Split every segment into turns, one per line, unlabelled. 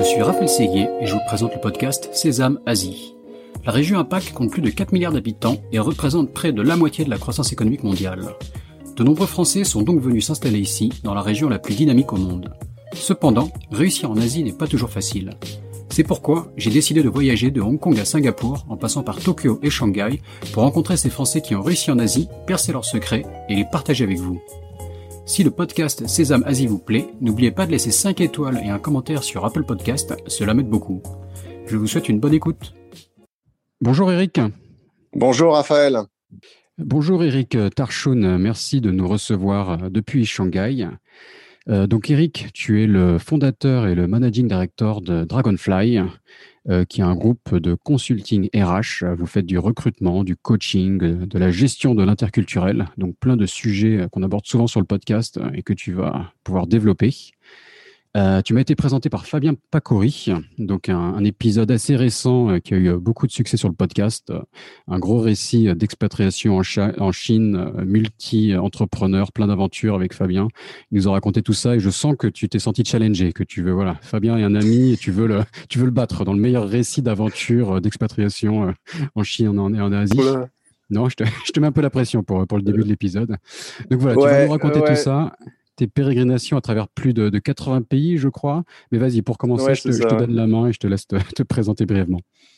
suis Raphaël Séguier et je vous présente le podcast Sésame Asie. La région APAC compte plus de 4 milliards d'habitants et représente près de la moitié de la croissance économique mondiale. De nombreux Français sont donc venus s'installer ici, dans la région la plus dynamique au monde. Cependant, réussir en Asie n'est pas toujours facile. C'est pourquoi j'ai décidé de voyager de Hong Kong à Singapour, en passant par Tokyo et Shanghai, pour rencontrer ces Français qui ont réussi en Asie, percer leurs secrets et les partager avec vous. Si le podcast Sésame Asie vous plaît, n'oubliez pas de laisser 5 étoiles et un commentaire sur Apple Podcast, cela m'aide beaucoup. Je vous souhaite une bonne écoute. Bonjour Eric.
Bonjour Raphaël.
Bonjour Eric Tarchoun, merci de nous recevoir depuis Shanghai. Donc Eric, tu es le fondateur et le managing director de Dragonfly, qui est un groupe de consulting RH. Vous faites du recrutement, du coaching, de la gestion de l'interculturel, donc plein de sujets qu'on aborde souvent sur le podcast et que tu vas pouvoir développer. Tu m'as été présenté par Fabien Pacori, donc un épisode assez récent qui a eu beaucoup de succès sur le podcast, un gros récit d'expatriation en Chine, multi-entrepreneur, plein d'aventures avec Fabien. Il nous a raconté tout ça et je sens que tu t'es senti challengé, que tu veux, voilà, Fabien est un ami et tu veux le battre dans le meilleur récit d'aventure, d'expatriation en Chine et en Asie. Voilà. Non, je te mets un peu la pression pour le début de l'épisode. Donc voilà, tu vas nous raconter tout ça. Tes pérégrinations à travers plus de 80 pays, je crois. Mais vas-y, pour commencer, je te donne la main et je te laisse te présenter brièvement.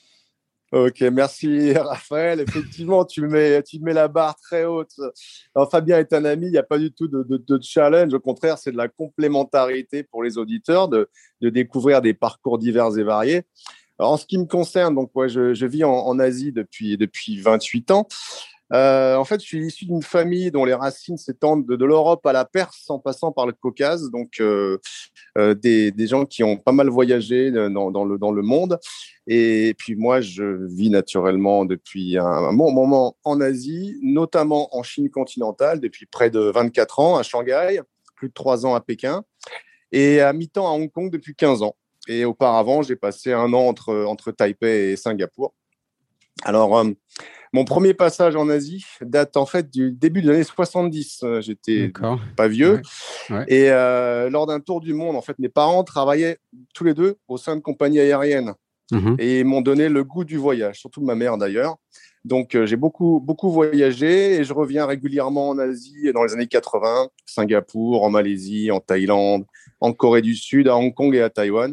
Ok, merci Raphaël. Effectivement, tu mets la barre très haute. Alors, Fabien est un ami, il n'y a pas du tout de challenge. Au contraire, c'est de la complémentarité pour les auditeurs de découvrir des parcours divers et variés. Alors, en ce qui me concerne, donc, je vis en Asie depuis 28 ans. En fait, je suis issu d'une famille dont les racines s'étendent de l'Europe à la Perse en passant par le Caucase, donc des gens qui ont pas mal voyagé dans le monde. Et puis moi, je vis naturellement depuis un bon moment en Asie, notamment en Chine continentale, depuis près de 24 ans à Shanghai, plus de 3 ans à Pékin, et à mi-temps à Hong Kong depuis 15 ans. Et auparavant, j'ai passé un an entre Taipei et Singapour. Alors, mon premier passage en Asie date en fait du début des années 70. J'étais pas vieux. Ouais. Et lors d'un tour du monde, en fait, mes parents travaillaient tous les deux au sein de compagnies aériennes. Et ils m'ont donné le goût du voyage, surtout ma mère d'ailleurs. Donc, j'ai beaucoup voyagé et je reviens régulièrement en Asie dans les années 80, Singapour, en Malaisie, en Thaïlande, en Corée du Sud, à Hong Kong et à Taïwan.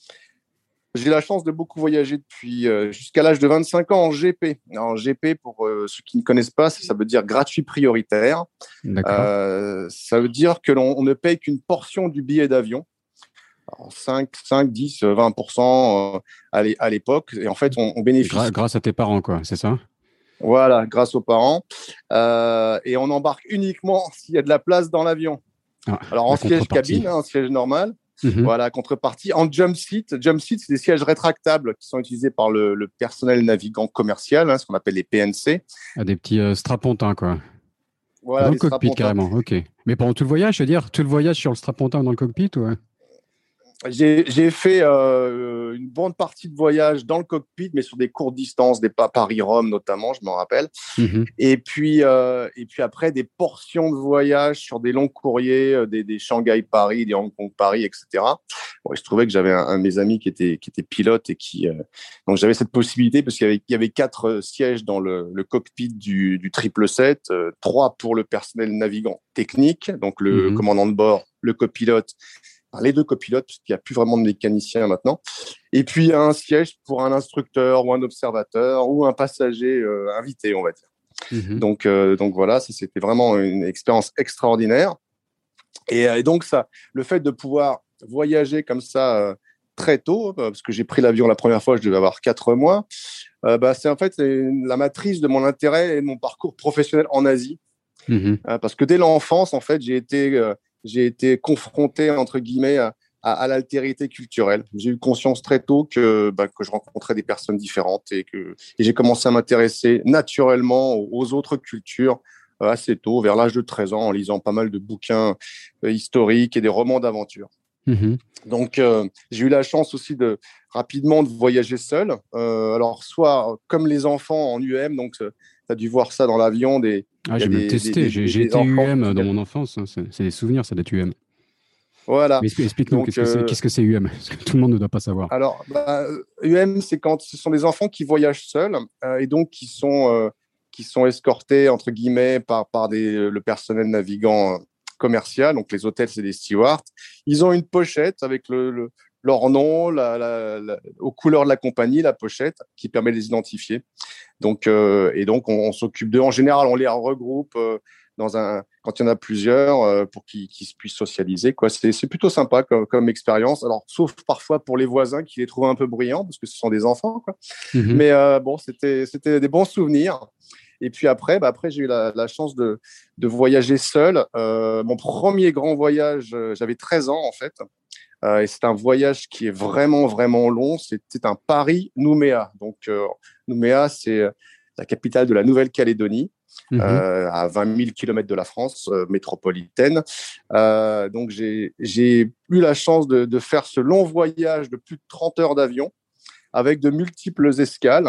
J'ai la chance de beaucoup voyager depuis jusqu'à l'âge de 25 ans en GP. En GP, pour ceux qui ne connaissent pas, ça veut dire gratuit prioritaire. Ça veut dire que l'on ne paye qu'une portion du billet d'avion. Alors 5, 10, 20% à l'époque. Et en fait, on bénéficie.
Grâce à tes parents, quoi, c'est ça ?
Voilà, grâce aux parents. Et on embarque uniquement s'il y a de la place dans l'avion. Alors en siège cabine, en siège normal. Voilà, contrepartie. En jump seat, c'est des sièges rétractables qui sont utilisés par le personnel navigant commercial, ce qu'on appelle les PNC.
Des petits strapontins, quoi.
Voilà,
dans le cockpit, carrément, ok. Mais pendant tout le voyage, je veux dire, tout le voyage sur le strapontin dans le cockpit, ouais.
J'ai fait une bonne partie de voyage dans le cockpit, mais sur des courtes distances, des Paris-Rome notamment, je m'en rappelle. Et puis après, des portions de voyage sur des longs courriers, des Shanghai-Paris, des Hong Kong-Paris, etc. Bon, il se trouvait que j'avais un de mes amis qui était pilote et donc j'avais cette possibilité parce qu'il y avait 4 sièges dans le cockpit du 777, 3 pour le personnel navigant technique, donc le commandant de bord, le copilote, les 2 copilotes, parce qu'il n'y a plus vraiment de mécaniciens maintenant, et puis un siège pour un instructeur ou un observateur ou un passager invité, on va dire. Donc voilà, ça c'était vraiment une expérience extraordinaire. Et donc ça, le fait de pouvoir voyager comme ça très tôt, parce que j'ai pris l'avion la première fois, je devais avoir 4 mois, c'est en fait la matrice de mon intérêt et de mon parcours professionnel en Asie. Parce que dès l'enfance, en fait, j'ai été confronté, entre guillemets, à l'altérité culturelle. J'ai eu conscience très tôt que je rencontrais des personnes différentes et j'ai commencé à m'intéresser naturellement aux autres cultures assez tôt, vers l'âge de 13 ans, en lisant pas mal de bouquins historiques et des romans d'aventure. Donc, j'ai eu la chance aussi rapidement de voyager seul. Alors, soit comme les enfants en UM, donc tu as dû voir ça dans l'avion,
j'ai même testé, j'ai été UM dans mon enfance, hein. C'est des souvenirs, ça d'être UM.
Voilà.
Mais explique-nous,
Donc,
qu'est-ce que c'est UM? Parce que tout le monde ne doit pas savoir.
alors, UM, c'est quand ce sont des enfants qui voyagent seuls et donc qui sont escortés, entre guillemets, par le personnel navigant commercial. Donc, les hôtels, c'est des stewards. Ils ont une pochette avec leur nom, aux couleurs de la compagnie, la pochette, qui permet de les identifier. Donc, on s'occupe d'eux. En général, on les regroupe quand il y en a plusieurs pour qu'ils puissent socialiser, quoi. C'est plutôt sympa comme expérience. Alors, sauf parfois pour les voisins qui les trouvent un peu bruyants parce que ce sont des enfants, quoi.
Mhm.
Mais bon, c'était des bons souvenirs. Et puis après j'ai eu la chance de voyager seul. Mon premier grand voyage, j'avais 13 ans en fait. Et c'est un voyage qui est vraiment, vraiment long. C'était un Paris-Nouméa. Donc, Nouméa, c'est la capitale de la Nouvelle-Calédonie,
Mhm.
à 20 000 kilomètres de la France métropolitaine. Donc, j'ai eu la chance de faire ce long voyage de plus de 30 heures d'avion avec de multiples escales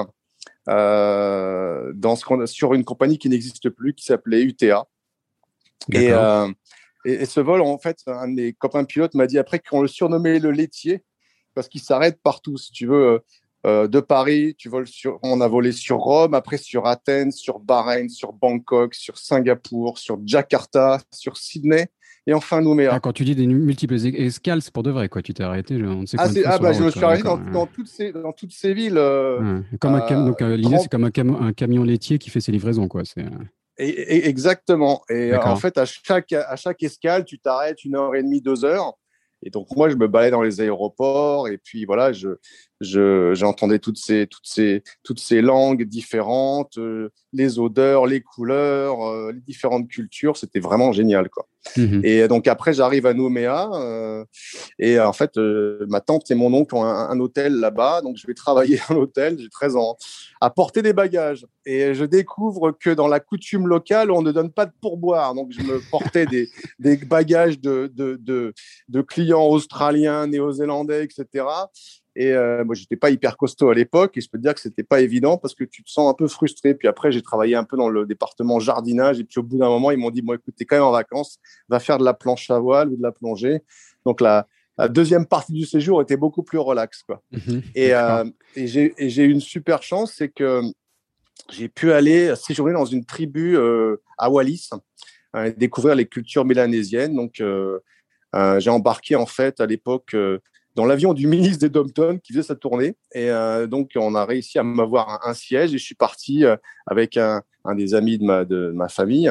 sur une compagnie qui n'existe plus, qui s'appelait UTA. Et,
D'accord.
ce vol, en fait, un de mes copains pilotes m'a dit après qu'on le surnommait le laitier parce qu'il s'arrête partout. Si tu veux, de Paris, on a volé sur Rome, après sur Athènes, sur Bahreïn, sur Bangkok, sur Singapour, sur Jakarta, sur Sydney et enfin
Ah,
Nouméa.
quand tu dis des multiples escales, c'est pour de vrai, quoi. Tu t'es arrêté, on ne sait
Ah,
combien de fois sur la
bah, je me
route,
suis
quoi.
arrêté
D'accord.
dans toutes ces villes.
Ouais.
Euh,
Donc, l'idée, c'est
grand-
comme un camion laitier qui fait ses livraisons, quoi.
Exactement. Et en
D'accord.
fait, à chaque escale, tu t'arrêtes 1 heure et demie, 2 heures. Et donc, moi, je me baladais dans les aéroports et puis voilà, j'entendais toutes ces langues différentes, les odeurs, les couleurs, les différentes cultures. C'était vraiment génial, quoi.
Mhm.
Et donc, après, j'arrive à Nouméa et en fait, ma tante et mon oncle ont un hôtel là-bas. Donc, je vais travailler à l'hôtel, j'ai 13 ans, à porter des bagages. Et je découvre que dans la coutume locale, on ne donne pas de pourboire. Donc, je me portais des bagages de clients australiens, néo-zélandais, etc. Et moi, j'étais pas hyper costaud à l'époque. Et je peux te dire que c'était pas évident parce que tu te sens un peu frustré. Puis après, j'ai travaillé un peu dans le département jardinage. Et puis, au bout d'un moment, ils m'ont dit, bon, écoute, t'es quand même en vacances, va faire de la planche à voile ou de la plongée. Donc, la deuxième partie du séjour était beaucoup plus relax, quoi.
Mhm.
Et,
D'accord.
euh, et j'ai eu une super chance, c'est que j'ai pu aller séjourner dans une tribu à Wallis, découvrir les cultures mélanésiennes. Donc, j'ai embarqué en fait à l'époque dans l'avion du ministre des Dom-Tom qui faisait sa tournée. Et donc, on a réussi à m'avoir un siège et je suis parti avec un des amis de ma famille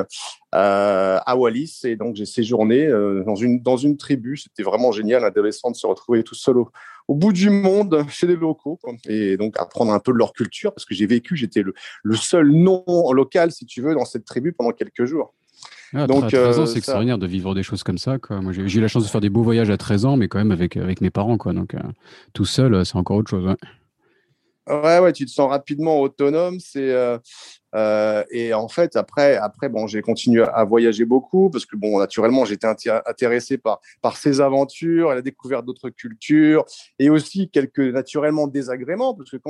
à Wallis. Et donc, j'ai séjourné dans une tribu. C'était vraiment génial, adolescent, de se retrouver tout seul au bout du monde chez les locaux, quoi. Et donc apprendre un peu de leur culture parce que j'étais le seul non local, si tu veux, dans cette tribu pendant quelques jours.
Ah,
Donc,
13 ans, c'est
ça,
extraordinaire de vivre des choses comme ça, quoi. Moi, j'ai eu la chance de faire des beaux voyages à 13 ans, mais quand même avec mes parents, quoi. Donc, tout seul, c'est encore autre chose, ouais.
ouais, ouais, tu te sens rapidement autonome. Et en fait, après, bon, j'ai continué à voyager beaucoup parce que, bon, naturellement, j'étais intéressé par ces aventures, à la découverte d'autres cultures et aussi quelques, naturellement, désagréments parce que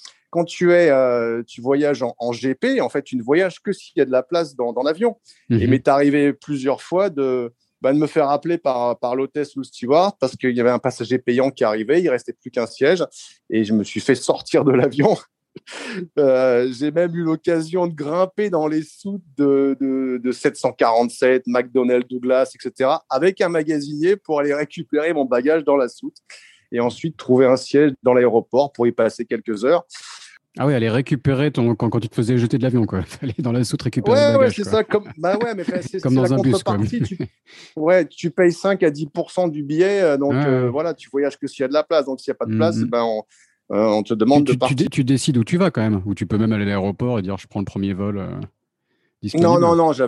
tu voyages en GP, en fait, tu ne voyages que s'il y a de la place dans l'avion. Et
Mhm.
m'est arrivé plusieurs fois de me faire appeler par l'hôtesse ou le steward parce qu'il y avait un passager payant qui arrivait, il restait plus qu'un siège et je me suis fait sortir de l'avion. J'ai même eu l'occasion de grimper dans les soutes de 747, McDonnell Douglas, etc., avec un magasinier pour aller récupérer mon bagage dans la soute et ensuite trouver un siège dans l'aéroport pour y passer quelques heures.
Ah oui, aller récupérer quand tu te faisais jeter de l'avion, quoi. Aller dans la soute récupérer le
Ouais, ouais,
bagage,
c'est
quoi.
ça. Bah ouais, mais c'est
Comme
c'est la
dans un bus, quoi.
contrepartie. Ouais, tu payes 5 à 10% du billet.
Ouais,
Donc,
ouais.
voilà, tu voyages que s'il y a de la place. Donc, s'il n'y a pas de place,
Mhm.
ben, on te demande de partir.
Tu décides où tu vas, quand même. Ou tu peux même aller à l'aéroport et dire, je prends le premier vol
Non, non,
disponible.
non,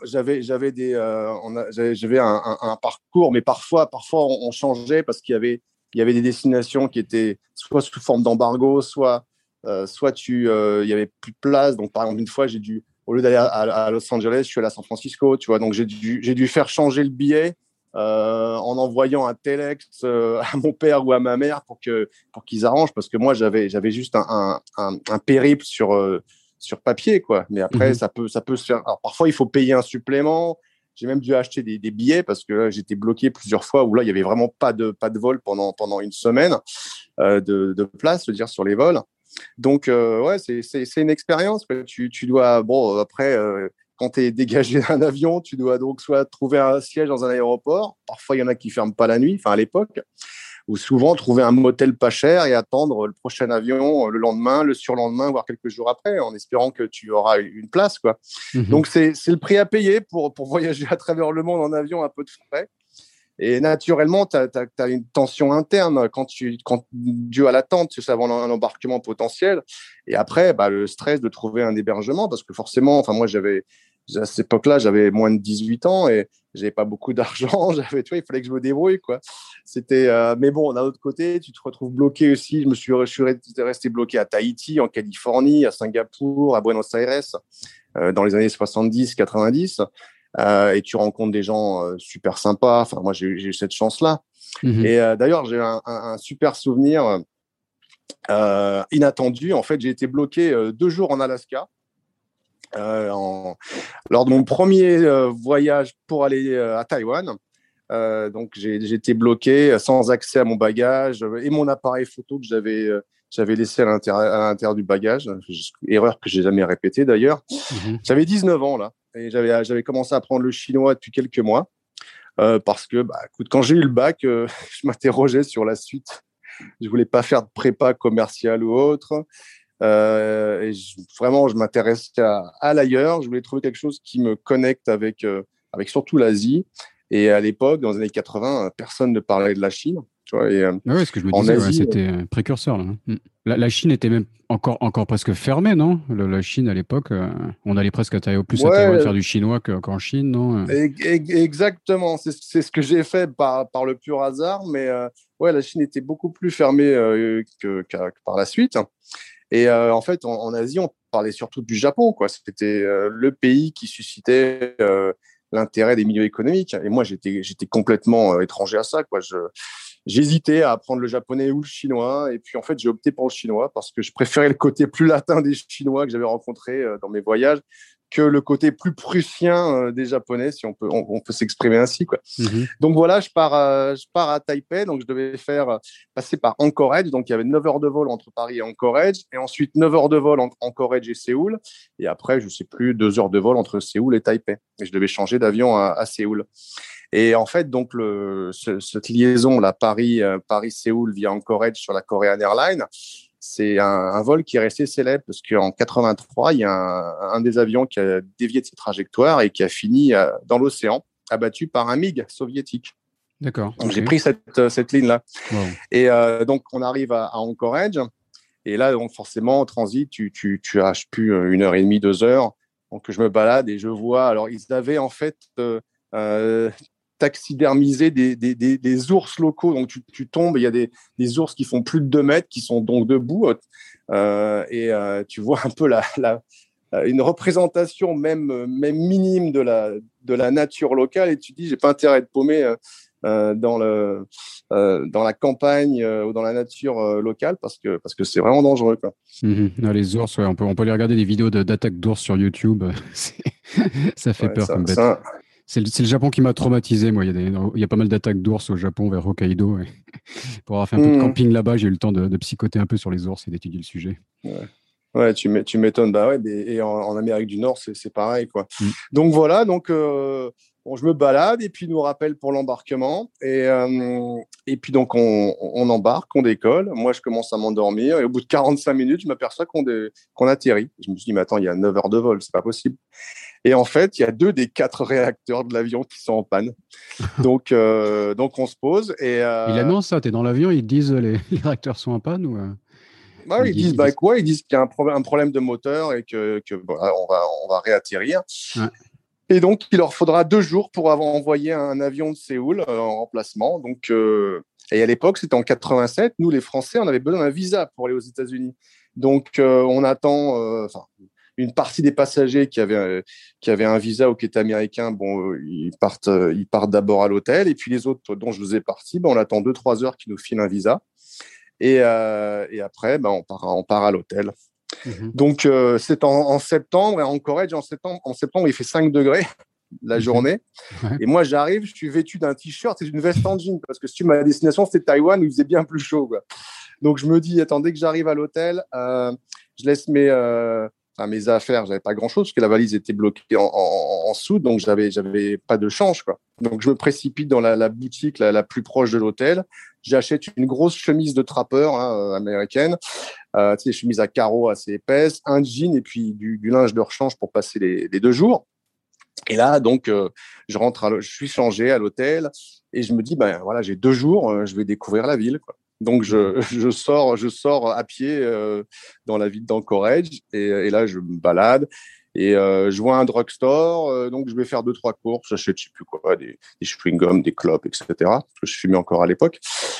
j'avais un parcours, mais parfois on changeait parce qu'il y avait des destinations qui étaient soit sous forme d'embargo, il y avait plus de place. Donc, par exemple, une fois, au lieu d'aller à Los Angeles, je suis allé à San Francisco, tu vois. Donc, j'ai dû faire changer le billet en envoyant un telex à mon père ou à ma mère pour qu'ils arrangent, parce que moi, j'avais juste un périple sur papier, quoi. Mais après,
Mhm.
ça peut se faire. Alors, parfois, il faut payer un supplément. J'ai même dû acheter des billets parce que j'étais bloqué plusieurs fois où là, il y avait vraiment pas de vol pendant une semaine de place, je veux dire, sur les vols. Donc, ouais, c'est une expérience. Tu dois, bon, après, quand tu es dégagé d'un avion, tu dois donc soit trouver un siège dans un aéroport. Parfois, il y en a qui ne ferment pas la nuit, enfin à l'époque, ou souvent trouver un motel pas cher et attendre le prochain avion le lendemain, le surlendemain, voire quelques jours après, en espérant que tu auras une place, quoi. Donc, c'est le prix à payer pour voyager à travers le monde en avion à peu de frais. Et naturellement, tu as une tension interne dû à l'attente, tu sais, avant un embarquement potentiel. Et après, le stress de trouver un hébergement, parce que forcément, enfin, moi, à cette époque-là, j'avais moins de 18 ans et j'avais pas beaucoup d'argent. Tu vois, il fallait que je me débrouille, quoi. Mais bon, d'un autre côté, tu te retrouves bloqué aussi. Je suis resté bloqué à Tahiti, en Californie, à Singapour, à Buenos Aires, dans les années 70-90. Et tu rencontres des gens super sympas. Enfin, moi, j'ai eu cette chance-là. Et d'ailleurs, j'ai un super souvenir inattendu. En fait, j'ai été bloqué 2 jours en Alaska lors de mon premier voyage pour aller à Taïwan. Donc, j'ai été bloqué sans accès à mon bagage et mon appareil photo que j'avais laissé à l'intérieur du bagage. Erreur que j'ai jamais répétée d'ailleurs. J'avais 19 ans là et j'avais commencé à apprendre le chinois depuis quelques mois parce que écoute, quand j'ai eu le bac, je m'interrogeais sur la suite. Je voulais pas faire de prépa commerciale ou autre. Vraiment, je m'intéressais à l'ailleurs. Je voulais trouver quelque chose qui me connecte avec surtout l'Asie. Et à l'époque, dans les années 80, personne ne parlait de la Chine. Tu vois,
ouais, ce que je me
en
disais,
Asie,
c'était précurseur là. La Chine était même encore presque fermée, non? La Chine à l'époque, on allait presque plus à Taïwan faire
ouais,
du chinois qu'en Chine, non?
exactement. C'est ce que j'ai fait par le pur hasard. Mais ouais, la Chine était beaucoup plus fermée que par la suite. Et en fait, en Asie, on parlait surtout du Japon, quoi. C'était le pays qui suscitait l'intérêt des milieux économiques. Et moi, j'étais complètement étranger à ça, quoi. J'hésitais à apprendre le japonais ou le chinois. Et puis, en fait, j'ai opté pour le chinois parce que je préférais le côté plus latin des Chinois que j'avais rencontrés dans mes voyages que le côté plus prussien des Japonais, si on peut s'exprimer ainsi, quoi. Donc voilà, je pars à Taipei, donc je devais passer par Anchorage, donc il y avait 9 heures de vol entre Paris et Anchorage, et ensuite 9 heures de vol entre Anchorage et Séoul, et après, je ne sais plus, 2 heures de vol entre Séoul et Taipei. Et je devais changer d'avion à Séoul. Et en fait, donc, cette liaison, là, Paris-Séoul via Anchorage sur la Korean Airlines, c'est un vol qui est resté célèbre parce qu'en 83, il y a un des avions qui a dévié de ses trajectoires et qui a fini dans l'océan, abattu par un MiG soviétique.
D'accord.
Donc, j'ai pris cette ligne-là.
Wow.
Et donc, on arrive à Anchorage. Et là, donc, forcément, en transit, tu as, je sais plus, 1h30, 2 heures. Donc, je me balade et je vois. Alors, ils avaient en fait taxidermisé des ours locaux. Donc, tu tombes, il y a des ours qui font plus de 2 mètres, qui sont donc debout. Tu vois un peu une représentation même minime de la nature locale. Et tu te dis, j'ai pas intérêt à être paumé dans la campagne ou dans la nature locale parce que c'est vraiment dangereux, quoi.
Ah, les ours, ouais, on peut aller regarder des vidéos d'attaques d'ours sur YouTube. Ça fait
Ouais,
peur comme bête. C'est le Japon qui m'a traumatisé, moi. Il y a pas mal d'attaques d'ours au Japon, vers Hokkaido. Et pour avoir fait un peu de camping là-bas, j'ai eu le temps de psychoter un peu sur les ours et d'étudier le sujet.
Ouais, tu m'étonnes. Bah ouais, et en Amérique du Nord, c'est pareil, quoi. Donc voilà, bon, je me balade et puis nous rappelle pour l'embarquement. Et puis donc on embarque, on décolle. Moi, je commence à m'endormir et au bout de 45 minutes, je m'aperçois qu'on atterrit. Je me suis dit, mais attends, il y a 9 heures de vol, c'est pas possible. Et en fait, il y a 2 des 4 réacteurs de l'avion qui sont en panne. Donc on se pose et
Il annonce ça, t'es dans l'avion, ils te disent les réacteurs sont en panne ou
ils disent quoi? Ils disent qu'il y a un problème de moteur et que voilà, on va réatterrir.
Ouais.
Et donc, il leur faudra 2 jours pour avoir envoyé un avion de Séoul en remplacement. Donc, et à l'époque, c'était en 87. Nous, les Français, on avait besoin d'un visa pour aller aux États-Unis. Donc, on attend. Une partie des passagers qui avaient un visa ou qui étaient américains, bon, ils partent d'abord à l'hôtel. Et puis les autres dont je vous ai parti, on attend 2-3 heures qu'ils nous filent un visa. Et après, on part à l'hôtel. Donc, c'est en septembre, et en Corée, en septembre, il fait 5 degrés. la journée.
Ouais.
Et moi, j'arrive, je suis vêtu d'un t-shirt et d'une veste en jean parce que si tu ma destination, c'était Taïwan où il faisait bien plus chaud, quoi. Donc, je me dis, attends, dès que j'arrive à l'hôtel, je laisse mes affaires. J'avais pas grand-chose parce que la valise était bloquée en soude, donc j'avais pas de change, quoi. Donc, je me précipite dans la boutique la plus proche de l'hôtel. J'achète une grosse chemise de trappeur américaine, tu sais, chemise à carreaux assez épaisse, un jean et puis du linge de rechange pour passer les 2 jours. Et là, donc, je suis changé à l'hôtel et je me dis, ben voilà, j'ai 2 jours, je vais découvrir la ville, quoi. Donc, je sors à pied dans la ville d'Anchorage et là, je me balade et je vois un drugstore. Donc, je vais faire 2, 3 courses. J'achète, je sais plus quoi, des chewing-gums, des clopes, etc. Parce que je fumais encore à l'époque.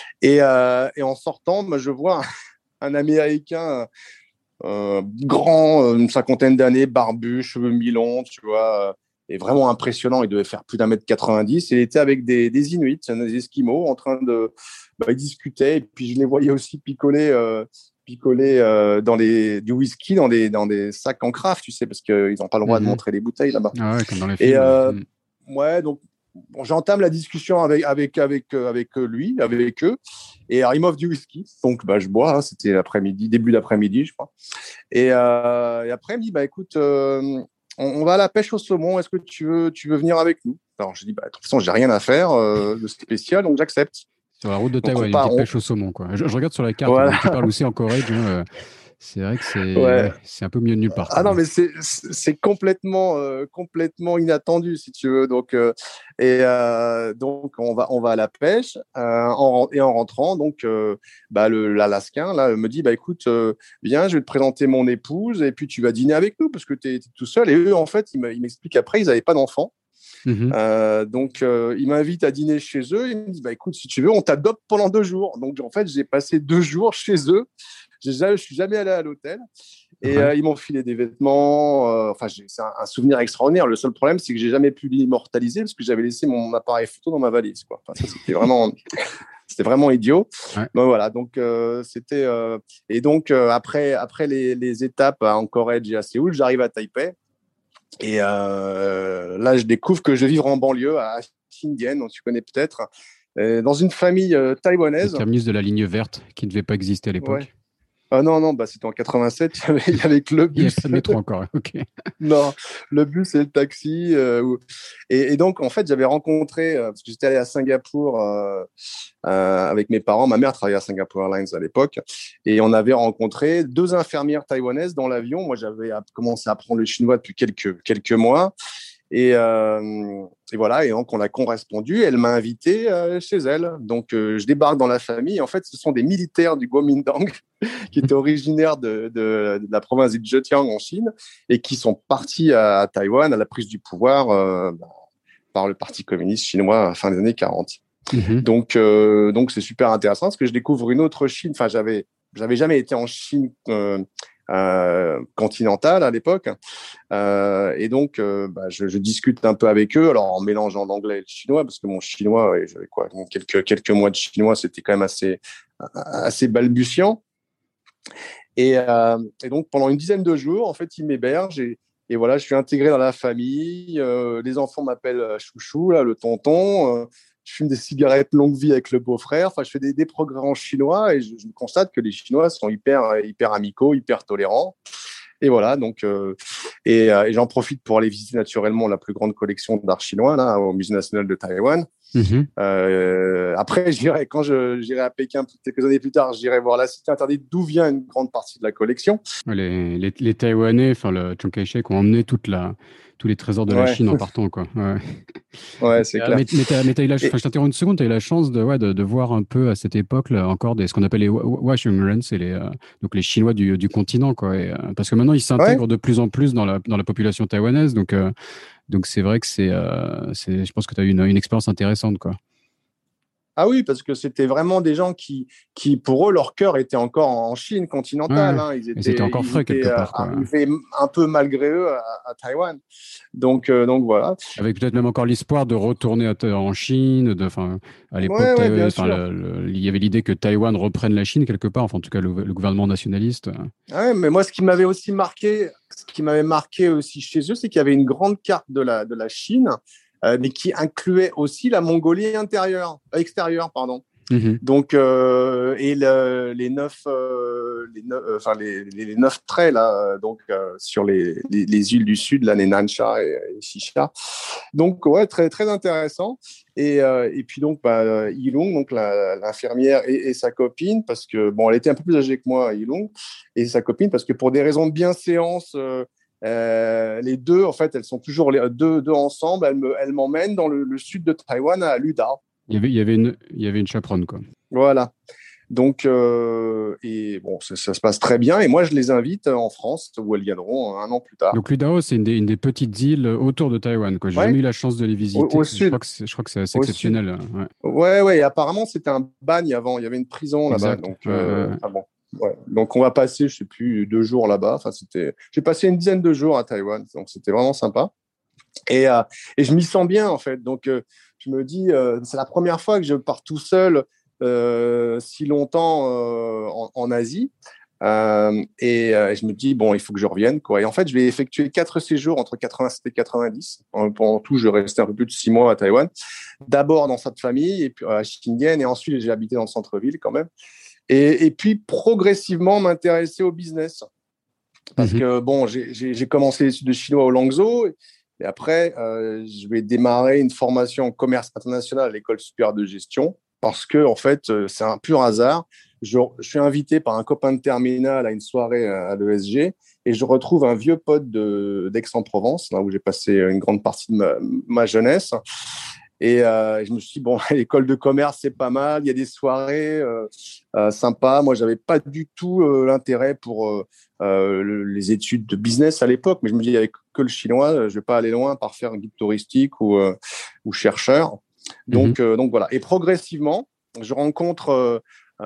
Et en sortant, ben, je vois un Américain grand, une cinquantaine d'années, barbu, cheveux mi-longs, tu vois, et vraiment impressionnant. Il devait faire plus d'1,90 m. Il était avec des Inuits, des Esquimaux, en train de. Ils discutaient, et puis je les voyais aussi picoler du whisky dans des sacs en craft, tu sais, parce qu'ils n'ont pas le droit de montrer les bouteilles là-bas.
Ah ouais, comme dans les
Et
films.
ouais, donc bon, j'entame la discussion avec lui, avec eux. Et alors, il m'offre du whisky. Donc, je bois. Hein, c'était l'après-midi, début d'après-midi, je crois. Et après, il me dit, écoute, on va à la pêche au saumon. Est-ce que tu veux venir avec nous? Alors, je dis, de toute façon, j'ai rien à faire de spécial, donc j'accepte.
Sur la route de
Donc,
Taïwan, une petite pêche au saumon, quoi. Je regarde sur la carte,
voilà.
donc tu parles aussi en Corée. C'est vrai que
Ouais.
c'est un peu mieux de nulle part,
Ah
quoi.
non, mais c'est complètement inattendu, si tu veux. Donc, donc on va à la pêche et en rentrant, donc l'Alaskan là me dit, écoute, viens, je vais te présenter mon épouse et puis tu vas dîner avec nous parce que tu es tout seul. Et eux, en fait, ils m'expliquent après, ils n'avaient pas d'enfants. Donc, ils m'invitent à dîner chez eux. Ils me disent, écoute, si tu veux, on t'adopte pendant 2 jours. Donc, en fait, j'ai passé 2 jours chez eux. Je suis jamais allé à l'hôtel. Et ils m'ont filé des vêtements. Enfin, c'est un souvenir extraordinaire. Le seul problème, c'est que j'ai jamais pu l'immortaliser parce que j'avais laissé mon appareil photo dans ma valise, quoi. Enfin, ça, c'était vraiment idiot.
Ouais.
Donc voilà. Donc c'était. Et donc après les étapes à Anchorage et à Séoul, j'arrive à Taipei. Et là, je découvre que je vais vivre en banlieue à Shingen, dont tu connais peut-être, dans une famille
Le
taïwanaise.
terminus de la ligne verte qui ne devait pas exister à
Ouais.
l'époque.
Ah non, c'était en 87, il y avait que le
Il n'y avait
bus.
pas de métro encore, ok.
Non, le bus et le taxi. Et donc, en fait, j'avais rencontré, parce que j'étais allé à Singapour avec mes parents. Ma mère travaillait à Singapore Airlines à l'époque. Et on avait rencontré 2 infirmières taïwanaises dans l'avion. Moi, j'avais commencé à apprendre le chinois depuis quelques mois. Et voilà, et donc on a correspondu. Elle m'a invité chez elle. Donc je débarque dans la famille. En fait, ce sont des militaires du Kuomintang qui étaient originaires de la province de Zhejiang en Chine et qui sont partis à Taïwan à la prise du pouvoir par le Parti communiste chinois à la fin des années 40. Donc c'est super intéressant parce que je découvre une autre Chine. Enfin, j'avais jamais été en Chine continentale à l'époque. Et donc, je discute un peu avec eux, alors en mélangeant l'anglais et le chinois, parce que mon chinois, j'avais quoi, quelques mois de chinois, c'était quand même assez balbutiant. Et donc, pendant une dizaine de jours, en fait, ils m'hébergent et voilà, je suis intégré dans la famille. Les enfants m'appellent chouchou, là, le tonton. Je fume des cigarettes longue vie avec le beau-frère. Enfin, je fais des progrès en chinois et je constate que les Chinois sont hyper amicaux, hyper tolérants. Et voilà, donc, et j'en profite pour aller visiter naturellement la plus grande collection d'art chinois là, au Musée national de Taïwan. Après, quand j'irai à Pékin quelques années plus tard, j'irai voir la cité interdite d'où vient une grande partie de la collection.
Les Taïwanais, enfin le Chiang Kai-shek, ont emmené tous les trésors de la Chine en partant, quoi.
Ouais, c'est clair.
Mais t'as eu je t'interromps une seconde, tu as eu la chance de voir un peu à cette époque là, encore ce qu'on appelle les Washington, c'est donc les Chinois du continent, quoi. Parce que maintenant, ils s'intègrent de plus en plus dans la population taïwanaise. Donc c'est vrai que je pense que tu as eu une expérience intéressante, quoi.
Ah oui, parce que c'était vraiment des gens pour eux, leur cœur était encore en Chine continentale.
Ouais.
Hein.
Et c'était encore
Ils
frais
étaient
quelque part, quoi.
arrivés un peu malgré eux à Taïwan. Donc voilà.
Avec peut-être même encore l'espoir de retourner en Chine. Enfin, à l'époque,
Ouais, ouais, bien sûr.
il y avait l'idée que Taïwan reprenne la Chine quelque part. Enfin, en tout cas, le gouvernement nationaliste.
Ouais, mais moi, ce qui m'avait marqué aussi chez eux, c'est qu'il y avait une grande carte de la Chine, mais qui incluait aussi la Mongolie extérieure, pardon.
Mhm.
Donc, les 9 traits là, sur les îles du Sud, là, les Nansha et Shisha. Donc, ouais, très, très intéressant. Et puis, donc, Yilong, donc l'infirmière et sa copine, parce que, bon, elle était un peu plus âgée que moi, Yilong, et sa copine, parce que pour des raisons de bienséance, les deux, en fait, elles sont toujours les deux ensemble. Elles m'emmènent dans le sud de Taïwan, à Luda.
Il y avait une chaperonne, quoi.
Voilà. Donc, et bon, ça se passe très bien. Et moi, je les invite en France, où elles viendront un an plus tard.
Donc, Ludao, c'est une des petites îles autour de Taïwan, quoi. J'ai
Ouais,
jamais eu la chance de les visiter.
au sud.
Je crois que c'est assez
Au sud.
exceptionnel. Ouais.
Ouais, ouais. Et apparemment, c'était un bagne avant. Il y avait une prison là-bas.
Exact.
Donc,
Ouais, ouais, ouais.
ah bon. Ouais. Donc, on va passer, je sais plus, 2 jours là-bas. Enfin, j'ai passé une dizaine de jours à Taïwan. Donc, c'était vraiment sympa. Et je m'y sens bien, en fait. Donc, je me dis, c'est la première fois que je pars tout seul si longtemps en Asie. Et je me dis, bon, il faut que je revienne, quoi. Et en fait, je vais effectuer 4 séjours entre 87 et 90. Pendant tout, je vais rester un peu plus de 6 mois à Taïwan. D'abord dans cette famille, et puis à Shingen, et ensuite, j'ai habité dans le centre-ville quand même. Et puis, progressivement, m'intéresser au business. Parce
Mhm.
que, bon, j'ai commencé les études de chinois au Langzhou. Et après, je vais démarrer une formation en commerce international à l'École supérieure de gestion. Parce que, en fait, c'est un pur hasard. Je suis invité par un copain de terminale à une soirée à l'ESG et je retrouve un vieux pote d'Aix-en-Provence, là où j'ai passé une grande partie de ma jeunesse. Et je me suis dit, bon, l'école de commerce, c'est pas mal. Il y a des soirées sympas. Moi, j'avais pas du tout l'intérêt pour les études de business à l'époque, mais je me dis, avec que le chinois, je vais pas aller loin par faire guide touristique ou chercheur.
Mhm.
Donc voilà. Et progressivement, je rencontre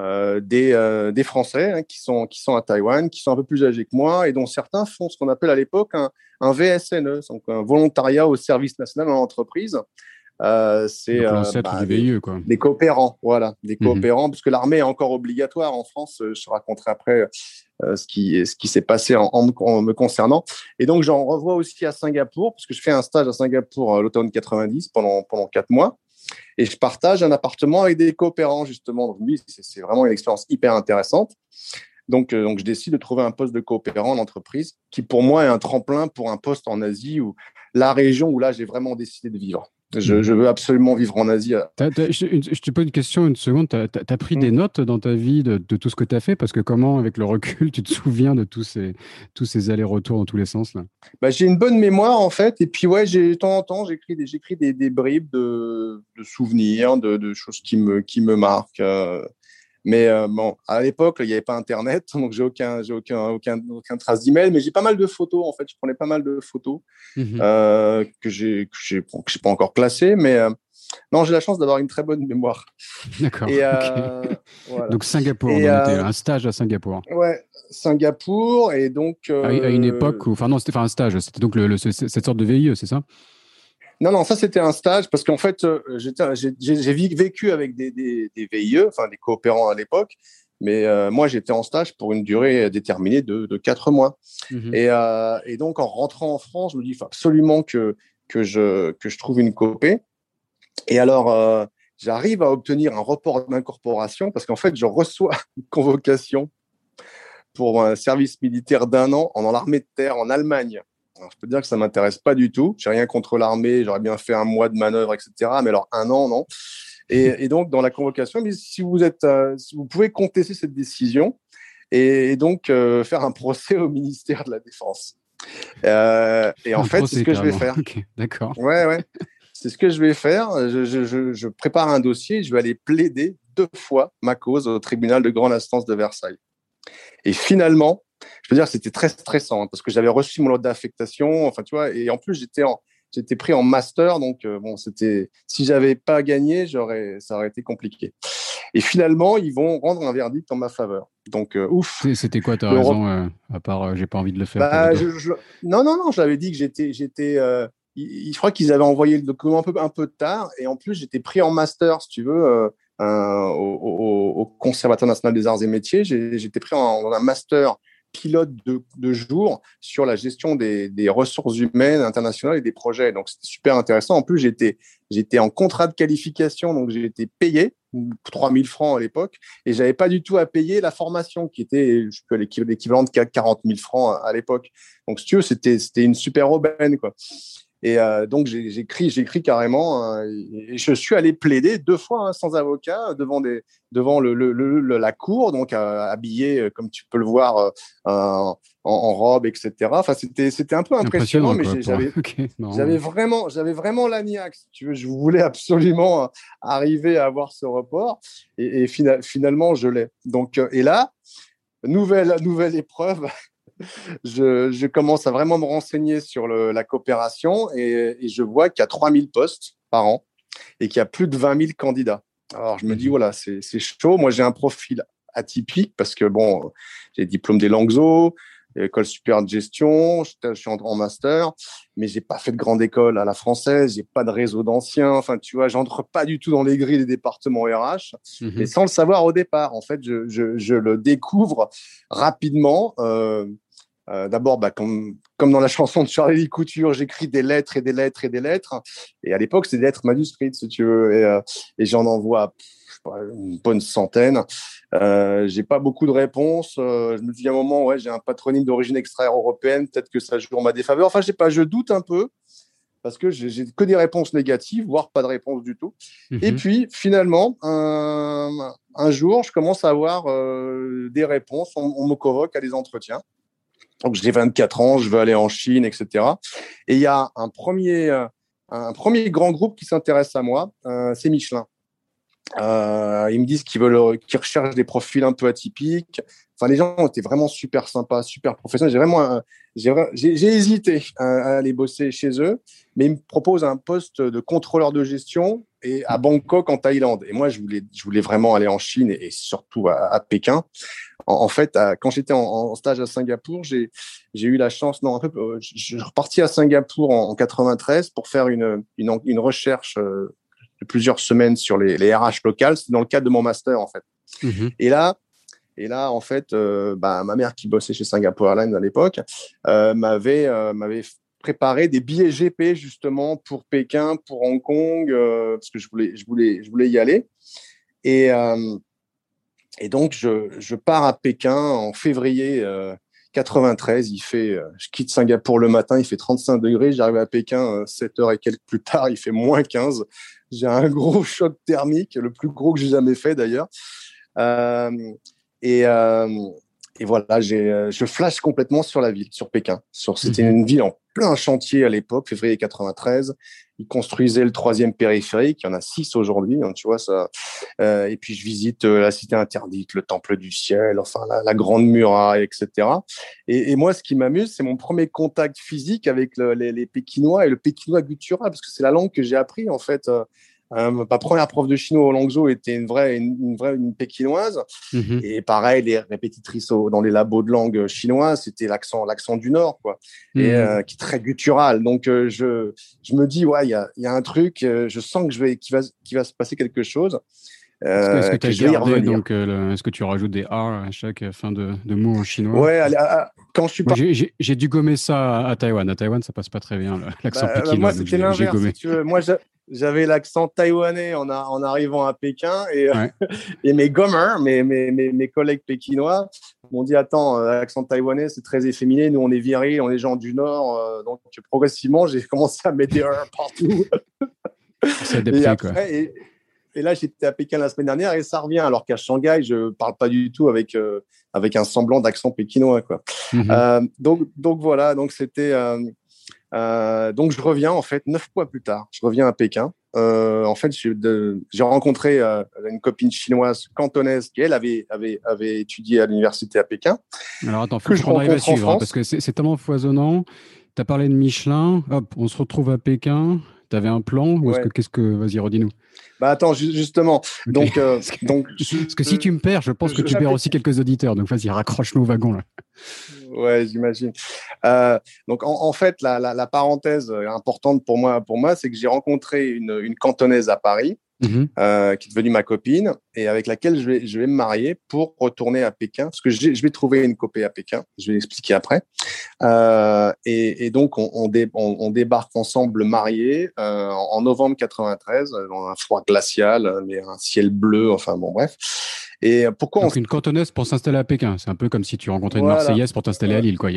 des Français hein, qui sont à Taïwan, qui sont un peu plus âgés que moi et dont certains font ce qu'on appelle à l'époque un VSNE, donc un volontariat au service national en entreprise. C'est
Donc, l'ancêtre du VIE, quoi.
des coopérants, voilà, des
Mhm.
coopérants, parce que l'armée est encore obligatoire en France. Je te raconterai après ce qui s'est passé en me concernant. Et donc, j'en revois aussi à Singapour, parce que je fais un stage à Singapour à l'automne 90 pendant 4 mois. Et je partage un appartement avec des coopérants, justement. Donc, oui, c'est vraiment une expérience hyper intéressante. Donc, je décide de trouver un poste de coopérant en entreprise, qui pour moi est un tremplin pour un poste en Asie, ou la région où là, j'ai vraiment décidé de vivre.
Mhm.
Je veux absolument vivre en Asie.
Je te pose une question, une seconde. T'as pris des
Mm.
notes dans ta vie de tout ce que tu as fait? Parce que comment, avec le recul, tu te souviens de tous ces allers-retours dans tous les sens, là?
Bah, j'ai une bonne mémoire, en fait. Et puis, ouais, de temps en temps, j'écris des bribes de souvenirs, de choses qui me marquent. Mais bon, à l'époque, il n'y avait pas Internet, donc aucun trace d'email. Mais j'ai pas mal de photos, en fait. Je prenais pas mal de photos
Mhm.
que j'ai pas encore classées. Mais non, j'ai la chance d'avoir une très bonne mémoire.
D'accord,
Et
ok.
voilà.
Donc, Singapour, on
Et
en était là, un stage à Singapour.
ouais, Singapour. Et donc,
À une époque où, enfin non, c'était pas un stage, c'était donc cette sorte de VIE, c'est ça?
non, non, ça c'était un stage parce qu'en fait, j'ai vécu avec des VIE, enfin des coopérants à l'époque, mais moi j'étais en stage pour une durée déterminée de 4 mois.
Mhm.
Et donc en rentrant en France, je me dis il faut absolument que je trouve une copée. Et alors, j'arrive à obtenir un report d'incorporation parce qu'en fait, je reçois une convocation pour un service militaire d'un an dans l'armée de terre en Allemagne. Alors, je peux te dire que ça m'intéresse pas du tout. J'ai rien contre l'armée. J'aurais bien fait un mois de manœuvre, etc. Mais alors un an, non. Et donc dans la convocation, mais si vous pouvez contester cette décision et donc faire un procès au ministère de la Défense. Et en
Un
fait, c'est ce
procès,
que je vais
carrément.
faire.
Ok, d'accord.
Ouais, ouais. C'est ce que je vais faire. Je prépare un dossier. Je vais aller plaider 2 fois ma cause au tribunal de grande instance de Versailles. Et finalement, je veux dire, c'était très stressant hein, parce que j'avais reçu mon lot d'affectation. Enfin, tu vois, et en plus, j'étais pris en master. Donc, si j'avais pas gagné, ça aurait été compliqué. Et finalement, ils vont rendre un verdict en ma faveur. Donc, ouf.
C'était quoi ta raison, à part j'ai pas envie de le faire comme toi?
Non, je l'avais dit que je crois qu'ils avaient envoyé le document un peu tard. Et en plus, j'étais pris en master, si tu veux, au Conservatoire national des arts et métiers. J'étais pris dans un master pilote de jour sur la gestion des ressources humaines internationales et des projets. Donc, c'était super intéressant. En plus, j'étais en contrat de qualification, donc j'ai été payé 3 000 francs à l'époque, et j'avais pas du tout à payer la formation qui était, je sais pas, l'équivalent de 40 000 francs à l'époque. Donc, si tu veux, c'était une super aubaine, quoi. Et donc, j'ai écrit carrément, et je suis allé plaider 2 fois, hein, sans avocat, devant la cour, donc habillé, comme tu peux le voir, en robe, etc. Enfin, c'était un peu impressionnant, mais
quoi, okay,
j'avais vraiment la niaque, si tu veux. Je voulais absolument arriver à avoir ce report, et finalement, je l'ai. Donc, et là, nouvelle épreuve. Je commence à vraiment me renseigner sur la coopération, et je vois qu'il y a 3 000 postes par an et qu'il y a plus de 20 000 candidats. Alors, je me dis, voilà, c'est chaud. Moi, j'ai un profil atypique parce que, bon, j'ai diplôme des Languedoc, école supérieure de gestion, je suis en master, mais j'ai pas fait de grande école à la française, j'ai pas de réseau d'anciens. Enfin, tu vois, j'entre pas du tout dans les grilles des départements RH, et sans le savoir au départ. En fait, je le découvre rapidement. D'abord, comme dans la chanson de Charlie Couture, j'écris des lettres et des lettres et des lettres. Et à l'époque, c'est des lettres manuscrites, si tu veux. Et j'en envoie une bonne centaine. J'ai pas beaucoup de réponses. Je me dis à un moment, ouais, j'ai un patronyme d'origine extra-européenne. Peut-être que ça joue en ma défaveur. Enfin, je sais pas, je doute un peu parce que j'ai que des réponses négatives, voire pas de réponse du tout. Et puis, finalement, un jour, je commence à avoir des réponses. On me convoque à des entretiens. Donc, j'ai 24 ans, je veux aller en Chine, etc. Et il y a un premier grand groupe qui s'intéresse à moi, c'est Michelin. Ils me disent qu'ils recherchent des profils un peu atypiques. Enfin, les gens étaient vraiment super sympas, super professionnels. J'ai hésité à aller bosser chez eux, mais ils me proposent un poste de contrôleur de gestion et à Bangkok, en Thaïlande. Et moi, je voulais vraiment aller en Chine, et surtout à Pékin. En fait, quand j'étais en stage à Singapour, j'ai eu la chance, non, je suis reparti à Singapour en 93 pour faire une recherche de plusieurs semaines sur les RH locales. C'est dans le cadre de mon master, en fait. Et là, en fait, ma mère, qui bossait chez Singapore Airlines à l'époque, m'avait préparé des billets GP justement pour Pékin, pour Hong Kong, parce que je voulais y aller. Et donc, je pars à Pékin en février 93. Je quitte Singapour le matin, il fait 35 degrés. J'arrive à Pékin 7 heures et quelques plus tard, il fait moins 15. J'ai un gros choc thermique, le plus gros que j'ai jamais fait d'ailleurs. Et voilà, je flash complètement sur la ville, sur Pékin. C'était une ville en plein chantier à l'époque, février 93. Ils construisaient le 3e périphérique. Il y en a 6 aujourd'hui, hein, tu vois ça. Et puis je visite la cité interdite, le temple du ciel, enfin la grande muraille, etc. Et moi, ce qui m'amuse, c'est mon premier contact physique avec les Pékinois et le pékinois guttural, parce que c'est la langue que j'ai appris en fait. Ma première prof de chinois au Languedoc était une pékinoise. Et pareil, les répétitrices dans les labos de langue chinois, c'était l'accent du Nord, quoi, et qui est très guttural. Donc, je me dis, ouais, il y a un truc, je sens qu'il va se passer quelque chose.
Est-ce que tu as
je vais y
gardé,
revenir.
donc, est-ce que tu rajoutes des R à chaque fin de mot en chinois?
Ouais, quand je suis
Moi,
parti.
j'ai dû gommer ça à Taïwan. À Taïwan, ça passe pas très bien, l'accent
Moi,
pékinois, donc
c'était
j'ai
l'inverse, si
gommé.
tu veux. Moi, j'avais l'accent taïwanais en arrivant à Pékin, et,
Ouais.
et mes gommers, mes collègues pékinois, m'ont dit, attends, l'accent taïwanais, c'est très efféminé. Nous, on est viril, on est gens du Nord. Donc, progressivement, j'ai commencé à mettre des R partout.
On s'est
Et
adapté, quoi.
après, et là, j'étais à Pékin la semaine dernière, et ça revient. Alors qu'à Shanghai, je parle pas du tout avec un semblant d'accent pékinois, quoi. Donc voilà. Donc c'était. Donc je reviens en fait 9 mois plus tard. Je reviens à Pékin. En fait, j'ai rencontré une copine chinoise cantonaise qui, elle, avait étudié à l'université à Pékin,
Alors attends, faut
que je
qu'on arrive à
rencontre en
suivre, hein, parce
France.
que c'est tellement foisonnant. as parlé de Michelin. Hop, on se retrouve à Pékin. Tu avais un plan ou
Ouais.
Vas-y, redis-nous.
Bah attends, justement.
Ok.
Donc,
Parce que si tu me perds, je pense que tu perds aussi quelques auditeurs. Donc vas-y, raccroche-nous au wagon là.
ouais, j'imagine. Donc, en fait, la parenthèse importante pour moi, c'est que j'ai rencontré une cantonaise à Paris
Mhm.
qui est devenue ma copine et avec laquelle je vais me marier pour retourner à Pékin, parce que je vais trouver une copée à Pékin, je vais l'expliquer après. Et donc, on débarque ensemble mariés en novembre 93, dans un froid glacial, mais un ciel bleu, enfin bon, bref. Et pourquoi on...
Donc une cantonnaise pour s'installer à Pékin. C'est un peu comme si tu rencontrais une
Voilà.
Marseillaise pour t'installer à Lille, quoi.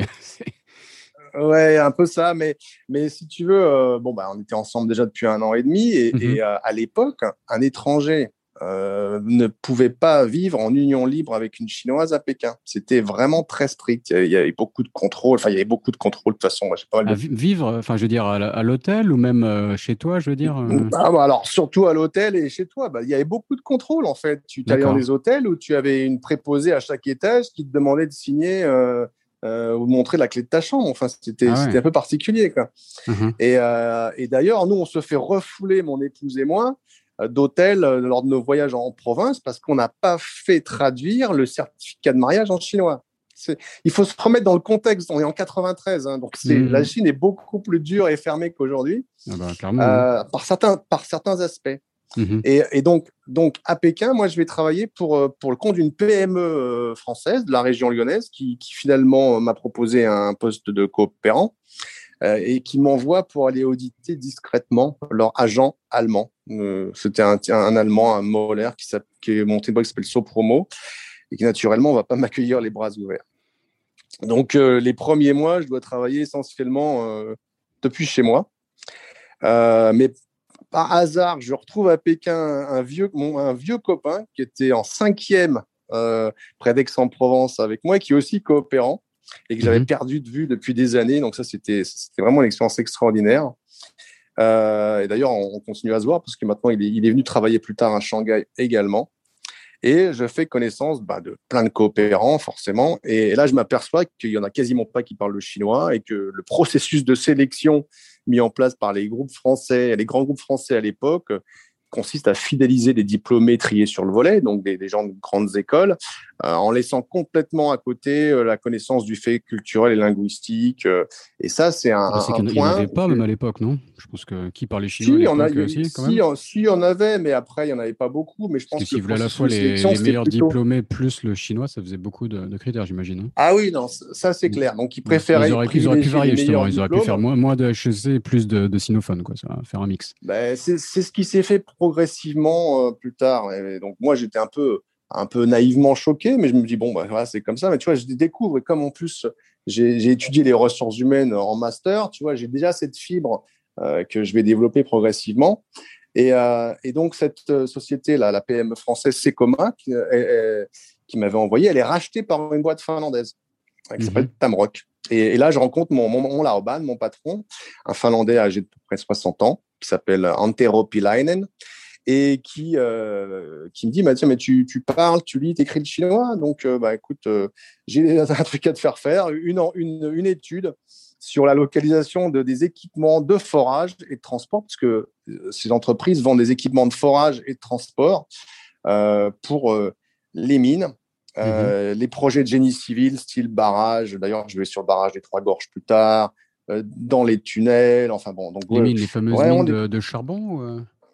Ouais, un peu ça, mais si tu veux, bon, bah, on était ensemble déjà depuis 1 an et demi,
Mhm.
à l'époque, un étranger ne pouvait pas vivre en union libre avec une Chinoise à Pékin. C'était vraiment très strict. Il y avait beaucoup de contrôle. Enfin, il y avait beaucoup de contrôle de toute façon. J'ai pas mal
À
de...
vivre, enfin, je veux dire, à l'hôtel ou même chez toi, je veux dire.
Ah, bah, alors, surtout à l'hôtel et chez toi, bah, il y avait beaucoup de contrôle en fait. Tu allais dans
D'accord.
des hôtels où tu avais une préposée à chaque étage qui te demandait de signer ou de montrer la clé de ta chambre. Enfin,
Ah
c'était
ouais.
un peu particulier, quoi.
Mhm.
Et d'ailleurs, nous, on se fait refouler, mon épouse et moi, d'hôtels lors de nos voyages en province parce qu'on n'a pas fait traduire le certificat de mariage en chinois. Il faut se remettre dans le contexte. On est en 93, hein, donc la
Mhm.
Chine est beaucoup plus dure et fermée qu'aujourd'hui
Ah bah, clairement, oui.
par certains aspects.
Mhm.
Et donc, à Pékin, moi, je vais travailler pour le compte d'une PME française de la région lyonnaise qui finalement m'a proposé un poste de coopérant et qui m'envoie pour aller auditer discrètement leur agent allemand. C'était un Allemand, un Moller, qui est monté une boîte qui s'appelle Sopromo et qui naturellement ne va pas m'accueillir les bras ouverts. Donc les premiers mois, je dois travailler essentiellement depuis chez moi. Mais par hasard, je retrouve à Pékin un vieux copain qui était en cinquième près d'Aix-en-Provence avec moi, qui est aussi coopérant et que j'avais
Mhm.
perdu de vue depuis des années. Donc ça, c'était vraiment une expérience extraordinaire. Et d'ailleurs, on continue à se voir parce que maintenant, il est venu travailler plus tard à Shanghai également. Et je fais connaissance de plein de coopérants, forcément. Et là, je m'aperçois qu'il n'y en a quasiment pas qui parlent le chinois et que le processus de sélection mis en place par les groupes français, les grands groupes français à l'époque, consiste à fidéliser les diplômés triés sur le volet, donc des gens de grandes écoles, en laissant complètement à côté la connaissance du fait culturel et linguistique. Et ça, c'est
Bah, c'est
un
qu'il n'y en
point
avait pas, même à l'époque, non? Je pense que qui parlait chinois à
si,
l'époque aussi, quand même?
si, on avait, mais après, il n'y en avait pas beaucoup. Mais je
Parce que
pense que le
s'ils voulaient à la
processus
fois
de sélection,
les
c'était
meilleurs
plutôt...
diplômés plus le chinois, ça faisait beaucoup de critères, j'imagine, hein.
Ah oui, non, ça c'est
Mm.
clair. Donc, ils
Mm.
préféraient
Ils auraient pu
privilégier les
varier, justement.
meilleurs
Ils auraient pu faire
diplômes.
moins de HEC et plus de sinophones, quoi. Ça va faire un mix.
Ben, c'est ce qui s'est fait progressivement plus tard. Et donc, moi, j'étais un peu naïvement choqué, mais je me dis, bon, bah, voilà, c'est comme ça. Mais tu vois, je découvre, et comme en plus, j'ai étudié les ressources humaines en master, tu vois, j'ai déjà cette fibre que je vais développer progressivement. Et donc, cette société, là, la PME française Secoma, qui m'avait envoyé, elle est rachetée par une boîte finlandaise qui s'appelle
Mhm.
Tamrock. Et là, je rencontre mon Laoban, mon patron, un Finlandais âgé de peu près 60 ans, qui s'appelle Antero Pilainen, et qui me dit, bah, tiens, mais tu parles, tu lis, tu écris le chinois, donc bah, écoute, j'ai un truc à te faire, une étude sur la localisation des équipements de forage et de transport, parce que ces entreprises vendent des équipements de forage et de transport pour les mines,
Mhm.
les projets de génie civil, style barrage. D'ailleurs, je vais sur le barrage des Trois Gorges plus tard, dans les tunnels. Enfin bon, donc
Les mines, les fameuses
vraiment
mines de charbon ou,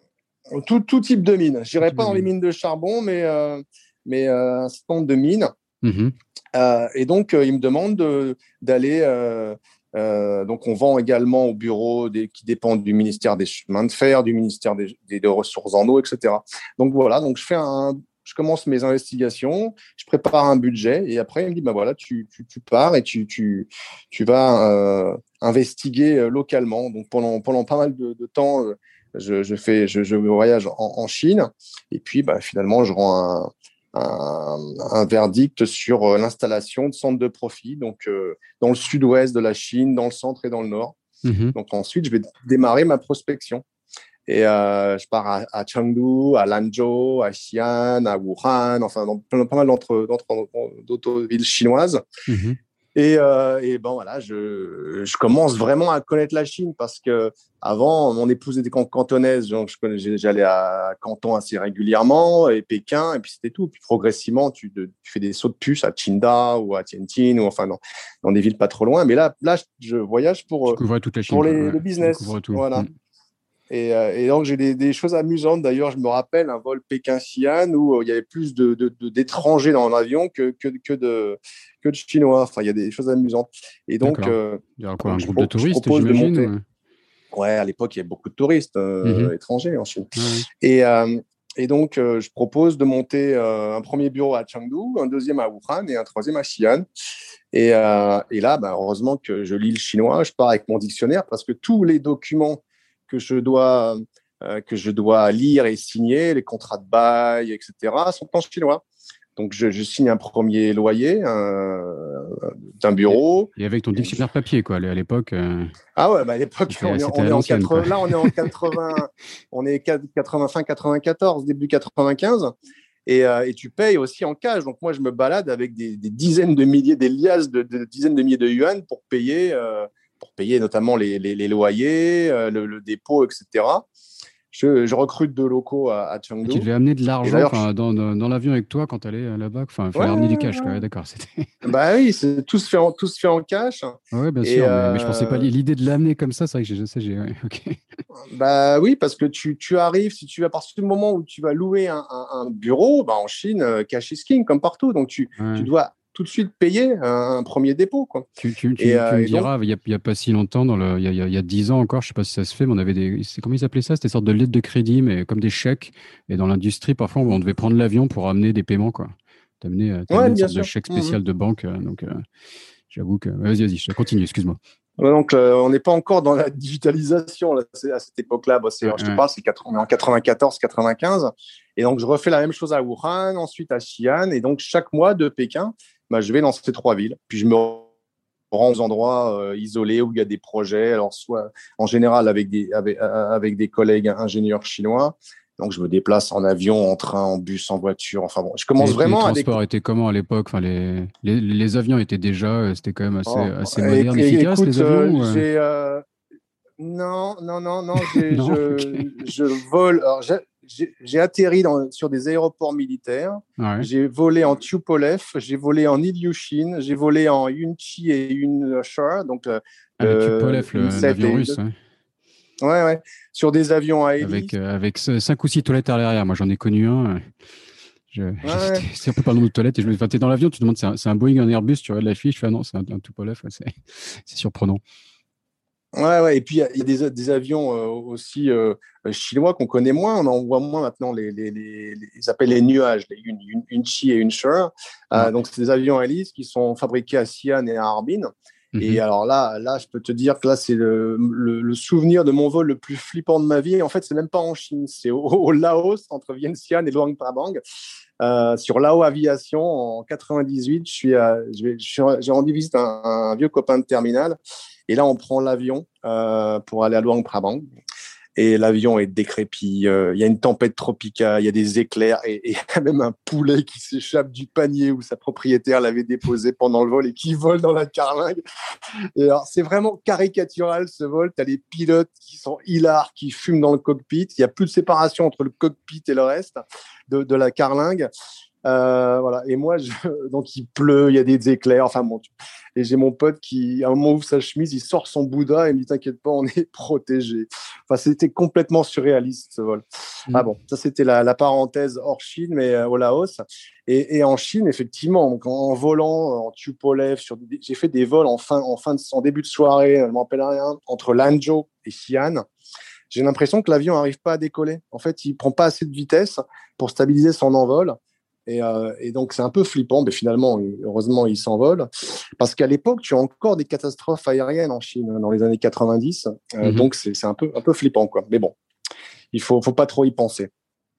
tout type de mine. Je
tout
n'irai
type
pas
de
dans les
mine?
mines de charbon, mais un certain nombre de mines.
Mhm.
Et donc, il me demande d'aller. Donc, on vend également au bureau qui dépendent du ministère des chemins de fer, du ministère des ressources en eau, etc. Donc, voilà. Donc, je commence mes investigations, je prépare un budget et après, il me dit, ben voilà, tu pars et tu vas investiguer localement. Donc, pendant pas mal de temps, je voyage en Chine et puis, bah, finalement, je rends un verdict sur l'installation de centres de profit, donc dans le sud-ouest de la Chine, dans le centre et dans le nord.
Mhm.
Donc ensuite, je vais démarrer ma prospection. Et je pars à Chengdu, à Lanzhou, à Xi'an, à Wuhan, enfin dans pas mal d'autres villes chinoises.
Mhm.
Et ben voilà, je commence vraiment à connaître la Chine parce que avant, mon épouse était cantonaise, donc j'allais à Canton assez régulièrement et Pékin, et puis c'était tout. Puis progressivement, tu fais des sauts de puce à Qingdao ou à Tianjin, ou enfin dans des villes pas trop loin. Mais là je voyage
Tu couvrais toute la Chine,
pour
quoi. Ouais,
le
tu
business.
découvres tout.
Voilà. Et donc, j'ai des choses amusantes. D'ailleurs, je me rappelle un vol Pékin-Xi'an où il y avait plus d'étrangers dans l'avion que de Chinois. Enfin, il y a des choses amusantes. Et donc,
D'accord. Il y aura quoi, un
donc
groupe de
je
touristes,
propose de
j'imagine
monter.
ou...
Ouais, à l'époque, il y avait beaucoup de touristes
Mhm.
étrangers en Chine.
Ouais, ouais.
Et, euh, et donc, je propose de monter un premier bureau à Chengdu, un deuxième à Wuhan et un troisième à Xi'an. Et là, bah, heureusement que je lis le chinois, je pars avec mon dictionnaire parce que tous les documents que que je dois lire et signer, les contrats de bail, etc., sont en chinois. Donc, je signe un premier loyer d'un
Et,
bureau.
et avec ton dictionnaire papier, quoi, à l'époque,
Ah ouais, bah à l'époque,
c'était
on
à
est en
l'ancienne, quoi.
80, là, on est en 80, on est 85, 94, début 95. Et tu payes aussi en cash. Donc, moi, je me balade avec des dizaines de milliers, des liasses de dizaines de milliers de yuan pour payer notamment les loyers, le dépôt, etc. Je recrute deux locaux à
Et tu
Chengdu.
devais amener de
Et
l'argent,
d'ailleurs,
enfin, dans l'avion avec toi quand tu allais là-bas. Enfin, il
ouais,
fallait ramener du cash, quoi. Ouais,
ouais.
d'accord, c'était...
Bah oui, tout se fait en cash.
Ouais, bien
Et,
sûr, mais je pensais pas l'idée de l'amener comme ça. C'est vrai que ouais, ok.
bah oui, parce que tu arrives, si tu vas à partir du moment où tu vas louer un bureau, bah en Chine, cash is king, comme partout. Donc, tu
Ouais.
dois tout de suite payer un premier dépôt, quoi.
Tu me
Et donc,
diras, il y a pas si longtemps, il y a 10 ans encore, je sais pas si ça se fait, mais on avait comment ils appelaient ça? C'était des sortes de lettres de crédit, mais comme des chèques. Et dans l'industrie, parfois, on devait prendre l'avion pour amener des paiements, quoi. T'amener
ouais,
une
bien
sorte de
sûr.
chèque
Mhm.
spécial de banque. J'avoue que. Vas-y, je continue, excuse-moi.
Ouais, donc, on n'est pas encore dans la digitalisation là, à cette époque-là. Bah,
Ouais,
je te
ouais.
parle, on est en 94, 95. Et donc, je refais la même chose à Wuhan, ensuite à Xi'an. Et donc, chaque mois de Pékin, bah, je vais dans ces trois villes. Puis, je me rends aux endroits isolés où il y a des projets. Alors, soit en général avec des collègues ingénieurs chinois. Donc, je me déplace en avion, en train, en bus, en voiture. Enfin bon, je commence
Les
vraiment à
transports
découvrir.
étaient comment à l'époque? Enfin, les avions étaient déjà, c'était quand même
Oh,
assez moderne, efficace, les
écoute,
avions?
non, non, non, non,
Non? Ok.
je vole. Alors, j'ai atterri sur des aéroports militaires.
Ouais.
J'ai volé en Tupolev, j'ai volé en Ilyushin, j'ai volé en Yunchi et Yunchar, donc
Ah, le Tupolev,
une 7
l'avion
et
russe, ouais.
ouais, ouais, sur des avions à hélice.
Avec 5 ou 6 toilettes à l'arrière. Moi, j'en ai connu un.
Ouais, ouais.
C'est un peu pas le nombre de toilettes. Enfin, t'es dans l'avion, tu te demandes, c'est un Boeing, un Airbus, tu regardes la fiche, tu fais, ah non, c'est un Tupolev. Ouais, c'est surprenant.
Ouais, ouais. Et puis, il y a des avions aussi chinois qu'on connaît moins. On en voit moins maintenant. Ils appellent les nuages, les Yunchi et Yunchar.
Ouais.
Donc, c'est des avions à hélice qui sont fabriqués à Xi'an et à Harbin. Et
Mhm.
alors là, je peux te dire que là, c'est le souvenir de mon vol le plus flippant de ma vie. Et en fait, c'est même pas en Chine, c'est au Laos, entre Vientiane et Luang Prabang. Sur Lao Aviation, en 98, j'ai rendu visite à un vieux copain de terminal. Et là, on prend l'avion pour aller à Luang Prabang. Et l'avion est décrépit. Il y a une tempête tropicale, il y a des éclairs et il y a même un poulet qui s'échappe du panier où sa propriétaire l'avait déposé pendant le vol et qui vole dans la carlingue. Et alors, c'est vraiment caricatural ce vol. Tu as les pilotes qui sont hilars, qui fument dans le cockpit. Il n'y a plus de séparation entre le cockpit et le reste de la carlingue. Voilà. Et moi, donc il pleut, il y a des éclairs. Enfin bon, et j'ai mon pote qui, à un moment, ouvre sa chemise, il sort son Bouddha et me dit t'inquiète pas, on est protégé. Enfin, c'était complètement surréaliste ce vol. Ah
Mhm.
bon, ça c'était la parenthèse hors Chine, mais au Laos. Et en Chine, effectivement, donc en volant en Tupolev, j'ai fait des vols en début de soirée, je ne me rappelle rien, entre Lanzhou et Xi'an. J'ai l'impression que l'avion n'arrive pas à décoller. En fait, il prend pas assez de vitesse pour stabiliser son envol. Et donc, c'est un peu flippant, mais finalement, heureusement, il s'envole. Parce qu'à l'époque, tu as encore des catastrophes aériennes en Chine, dans les années 90.
Mhm.
Donc, c'est un peu flippant, quoi. Mais bon, faut pas trop y penser.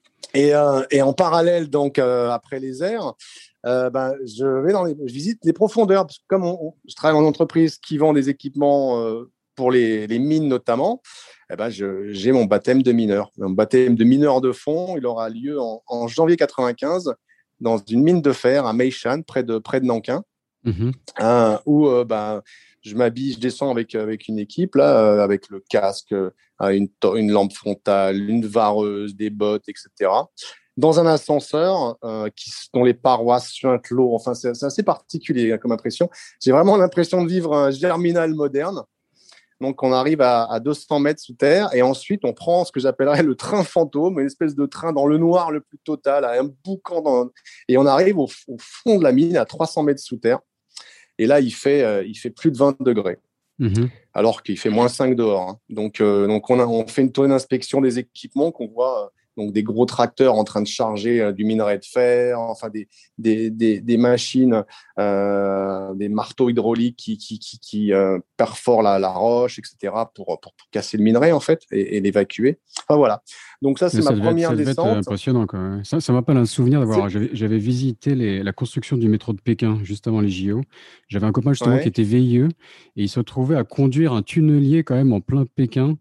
Et en parallèle, donc, après les airs, ben, je visite les profondeurs. Parce que comme je travaille en entreprise qui vend des équipements pour les mines notamment, eh ben, j'ai mon baptême de mineur. Mon baptême de mineur de fond, il aura lieu en janvier 95 dans une mine de fer à Meishan, près de Nankin.
Mhm.
Où je m'habille, je descends avec une équipe, là, avec le casque, une lampe frontale, une vareuse, des bottes, etc. Dans un ascenseur dont les parois suintent l'eau. Enfin, c'est assez particulier comme impression. J'ai vraiment l'impression de vivre un germinal moderne. Donc, on arrive à 200 mètres sous terre et ensuite, on prend ce que j'appellerais le train fantôme, une espèce de train dans le noir le plus total, à un boucan et on arrive au fond de la mine, à 300 mètres sous terre. Et là, il fait plus de 20 degrés,
Mhm.
alors qu'il fait -5 dehors, hein. Donc on fait une tournée d'inspection des équipements qu'on voit, donc des gros tracteurs en train de charger du minerai de fer, enfin des machines, des marteaux hydrauliques qui perforent la roche, etc., pour casser le minerai, en fait, et l'évacuer. Enfin, voilà. Donc ça,
Mais
c'est ma première
ça devait être
descente.
impressionnant, quoi. Ça m'appelle un souvenir
C'est...
d'avoir. J'avais visité la construction du métro de Pékin juste avant les JO. J'avais un copain justement qui
Ouais.
était VIE et il se retrouvait à conduire un tunnelier quand même en plein Pékin.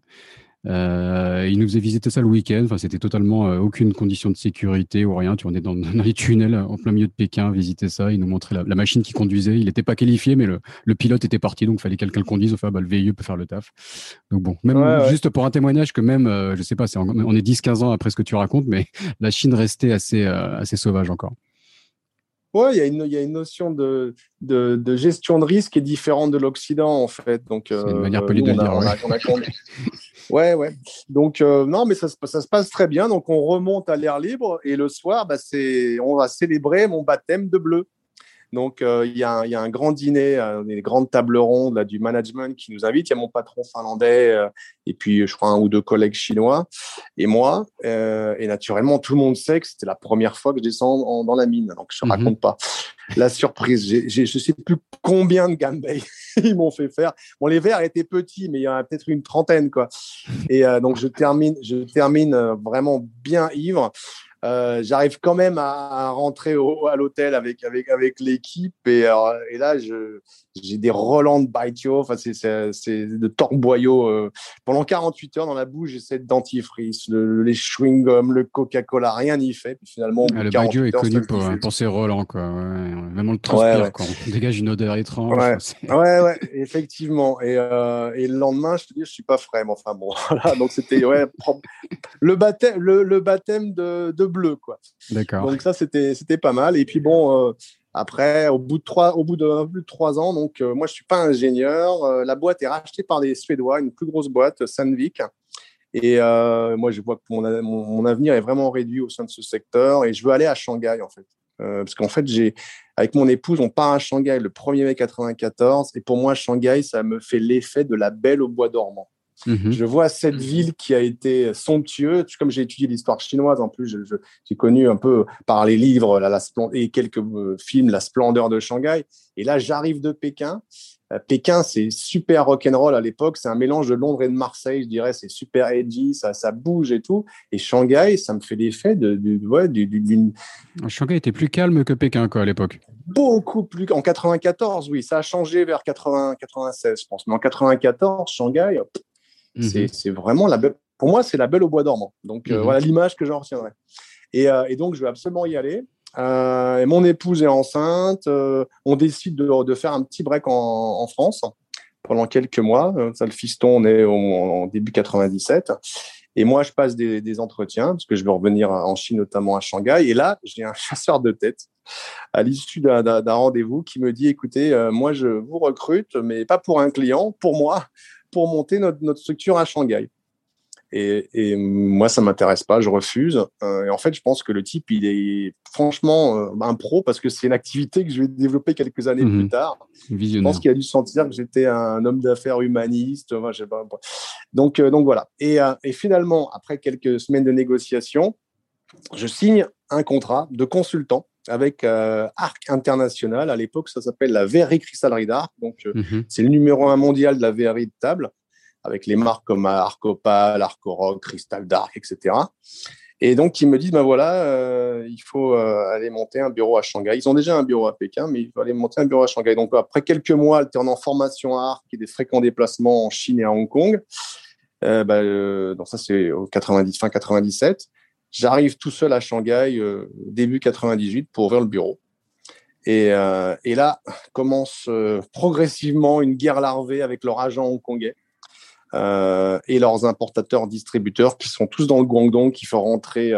Il nous faisait visiter ça le week-end. Enfin, c'était totalement aucune condition de sécurité ou rien. Tu vois, on est dans les tunnels en plein milieu de Pékin, visiter ça. Il nous montrait la machine qui conduisait. Il n'était pas qualifié, mais le pilote était parti, donc il fallait quelqu'un le conduise. Enfin, bah, le VIE peut faire le taf. Donc bon,
Ouais,
même
ouais.
juste pour un témoignage que même, je sais pas, on est 10-15 ans après ce que tu racontes, mais la Chine restait assez sauvage encore.
Ouais, il y a une notion de gestion de risque qui est différente de l'Occident, en fait. Donc,
C'est une manière polie
nous,
de le dire, ouais.
on a Ouais, ouais. Donc, non, mais ça se passe très bien. Donc, on remonte à l'air libre et le soir, on va célébrer mon baptême de bleu. Donc, il y a un grand dîner, des grandes tables rondes là, du management qui nous invite. Il y a mon patron finlandais et puis, je crois, un ou deux collègues chinois et moi. Et naturellement, tout le monde sait que c'était la première fois que je descends dans la mine. Donc, je ne
Mhm.
raconte pas la surprise. Je ne sais plus combien de gambay ils m'ont fait faire. Bon, les verres étaient petits, mais il y en a peut-être une trentaine, quoi. Et donc, je termine vraiment bien ivre. J'arrive quand même à rentrer à l'hôtel avec l'équipe et là j'ai des relents de Baitio, enfin c'est de torque-boyau pendant 48 heures dans la bouche. J'essaie de dentifrice, les chewing-gums, le Coca-Cola, rien n'y fait. Puis finalement au bout
Ah,
de
le Baijiu est
48 heures ça
connu
se diffuse.
pour ses relents, quoi. Ouais, même on le
Ouais,
transpire
ouais.
quand on dégage une odeur étrange.
Ouais,
Enfin,
ouais, effectivement. Et le lendemain, je te dis, je suis pas frais, mais enfin bon, voilà. Donc c'était le baptême de bleu, quoi.
D'accord.
Donc ça, c'était pas mal. Et puis bon, après, au bout de un peu plus de 3 ans, donc moi, je suis pas ingénieur. La boîte est rachetée par des Suédois, une plus grosse boîte, Sandvik. Et moi, je vois que mon avenir est vraiment réduit au sein de ce secteur et je veux aller à Shanghai, en fait. Parce qu'en fait, avec mon épouse, on part à Shanghai le 1er mai 94. Et pour moi, Shanghai, ça me fait l'effet de la Belle au bois dormant.
Mhm.
Je vois cette ville qui a été somptueuse. Comme j'ai étudié l'histoire chinoise, en plus, j'ai connu un peu par les livres et quelques films la splendeur de Shanghai. Et là, j'arrive de Pékin. Pékin, c'est super rock'n'roll à l'époque. C'est un mélange de Londres et de Marseille, je dirais. C'est super edgy, ça bouge et tout. Et Shanghai, ça me fait l'effet d'une
Shanghai était plus calme que Pékin, quoi, à l'époque.
beaucoup plus. En 94, oui, ça a changé vers 80, 96, je pense. Mais en 94, Shanghai,
Mhm.
c'est vraiment la belle. Pour moi, c'est la Belle au bois dormant. Donc
Mhm.
voilà l'image que j'en retiendrai. Et donc, je vais absolument y aller. Et mon épouse est enceinte. On décide de faire un petit break en France pendant quelques mois. Ça, le fiston, on est en début 97. Et moi, je passe des entretiens parce que je veux revenir en Chine, notamment à Shanghai. Et là, j'ai un chasseur de tête à l'issue d'un rendez-vous qui me dit, écoutez, moi, je vous recrute, mais pas pour un client, pour moi, pour monter notre structure à Shanghai. Et moi, ça m'intéresse pas, je refuse. Et en fait, je pense que le type, il est franchement un pro parce que c'est une activité que je vais développer quelques années plus
Mhm.
tard. Je pense
Visionnaire.
qu'il a dû sentir que j'étais un homme d'affaires humaniste. Enfin, je sais pas. Donc voilà. Et finalement, après quelques semaines de négociations, je signe un contrat de consultant avec Arc International. À l'époque, ça s'appelle la verrerie cristallerie d'Arc. Donc,
Mhm.
c'est le numéro 1 mondial de la verrerie de table, avec les marques comme Arcopal, Arcoroc, Cristal d'Arc, etc. Et donc, ils me disent, ben voilà, il faut aller monter un bureau à Shanghai. Ils ont déjà un bureau à Pékin, mais il faut aller monter un bureau à Shanghai. Donc, après quelques mois alternant formation à Arc et des fréquents déplacements en Chine et à Hong Kong, donc ça, c'est fin 97. J'arrive tout seul à Shanghai début 98 pour ouvrir le bureau. Et là commence progressivement une guerre larvée avec leurs agents hongkongais et leurs importateurs-distributeurs qui sont tous dans le Guangdong, qui font rentrer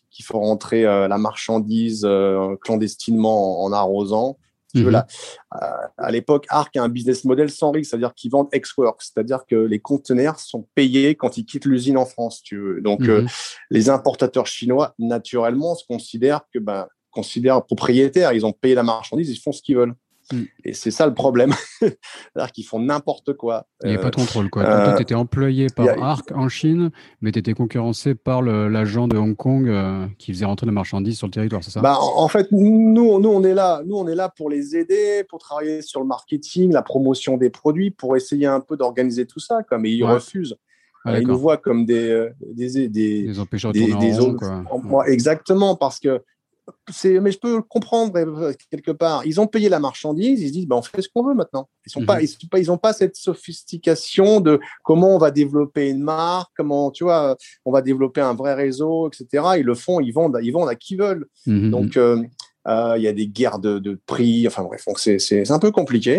la marchandise clandestinement en arrosant. Si tu veux, là, à l'époque, Arc a un business model sans risque, c'est-à-dire qu'ils vendent ex-works, c'est-à-dire que les conteneurs sont payés quand ils quittent l'usine en France. Tu veux. Donc, les importateurs chinois, naturellement, considèrent propriétaires. Ils ont payé la marchandise, ils font ce qu'ils veulent. Et c'est ça le problème. C'est-à-dire qu'ils font n'importe quoi.
Il n'y a pas de contrôle, quoi. Donc, toi, tu étais employé par Arc en Chine, mais tu étais concurrencé par l'agent de Hong Kong qui faisait rentrer la marchandise sur le territoire, c'est ça?
En fait, nous, on est là pour les aider, pour travailler sur le marketing, la promotion des produits, pour essayer un peu d'organiser tout ça, quoi. Mais ils refusent. Ils nous voient comme des
empêcheurs de tourner en rond, quoi.
Exactement, parce que mais je peux le comprendre quelque part. Ils ont payé la marchandise, ils se disent on fait ce qu'on veut maintenant. Ils n'ont pas cette sophistication de comment on va développer une marque, comment on va développer un vrai réseau, etc. Ils le font, ils vendent à qui veulent. Donc il y a des guerres de prix. Enfin bref, donc c'est un peu compliqué.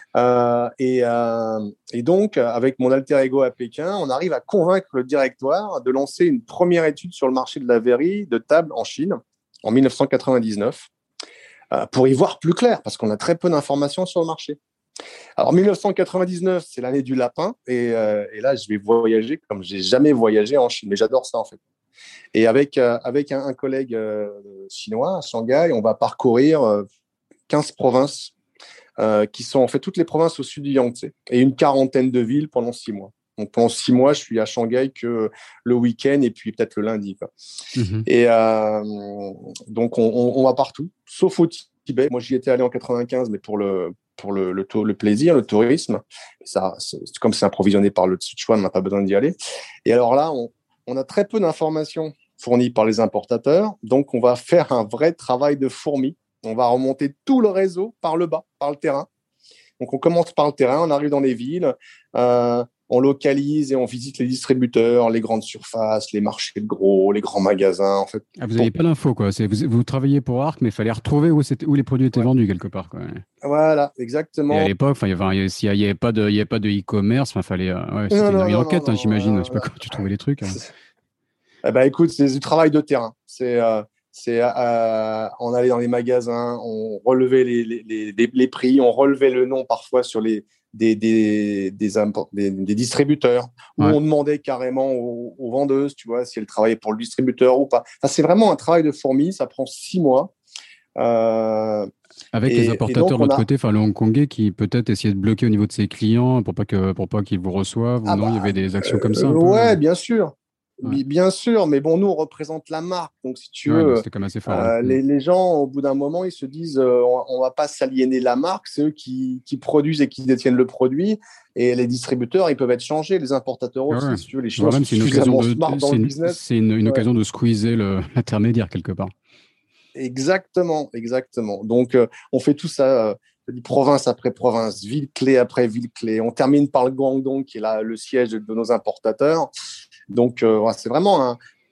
Et donc avec mon alter ego à Pékin, on arrive à convaincre le directoire de lancer une première étude sur le marché de la verrerie de table en Chine en 1999, pour y voir plus clair, parce qu'on a très peu d'informations sur le marché. Alors, 1999, c'est l'année du lapin, et là, je vais voyager comme je n'ai jamais voyagé en Chine, mais j'adore ça, en fait. Et avec un collègue chinois à Shanghai, on va parcourir 15 provinces, qui sont en fait toutes les provinces au sud du Yangtze, et une quarantaine de villes pendant 6 mois. Donc, pendant 6 mois, je suis à Shanghai que le week-end et puis peut-être le lundi, quoi. Et donc, on va partout, sauf au Tibet. Moi, j'y étais allé en 95, mais pour le plaisir, le tourisme. Ça, comme c'est approvisionné par le Sichuan, on n'a pas besoin d'y aller. Et alors là, on a très peu d'informations fournies par les importateurs. Donc, on va faire un vrai travail de fourmi. On va remonter tout le réseau par le bas, par le terrain. Donc, on commence par le terrain, on arrive dans les villes, on localise et on visite les distributeurs, les grandes surfaces, les marchés de gros, les grands magasins. En fait,
vous n'avez pas l'info, quoi. Vous travailliez pour Arc, mais il fallait retrouver où les produits étaient vendus quelque part, quoi.
Voilà, exactement.
Et à l'époque, s'il n'y avait pas de e-commerce, fallait. C'était une enquête, j'imagine. Je sais pas comment tu trouvais les trucs.
Écoute, c'est du travail de terrain. On allait dans les magasins, on relevait les prix, on relevait le nom parfois sur des distributeurs, où on demandait carrément aux vendeuses, tu vois, si elles travaillaient pour le distributeur ou pas. Enfin, c'est vraiment un travail de fourmi, ça prend 6 mois.
Avec les importateurs de l'autre côté, le hongkongais qui peut-être essayait de bloquer au niveau de ses clients pour pas qu'ils vous reçoivent, ou non, il y avait des actions comme ça un peu.
Ouais, bien sûr. Bien sûr, mais bon, nous, on représente la marque. Donc, si tu veux,
c'était quand même assez fort,
les gens, au bout d'un moment, ils se disent on va pas s'aliéner la marque. C'est eux qui produisent et qui détiennent le produit. Et les distributeurs, ils peuvent être changés. Les importateurs aussi, si tu veux. Les Chinois sont suffisamment smart dans le business.
C'est une occasion de squeezer l'intermédiaire quelque part.
Exactement. Donc, on fait tout ça. Province après province, ville clé après ville clé. On termine par le Guangdong, qui est là, le siège de nos importateurs. Donc, c'est vraiment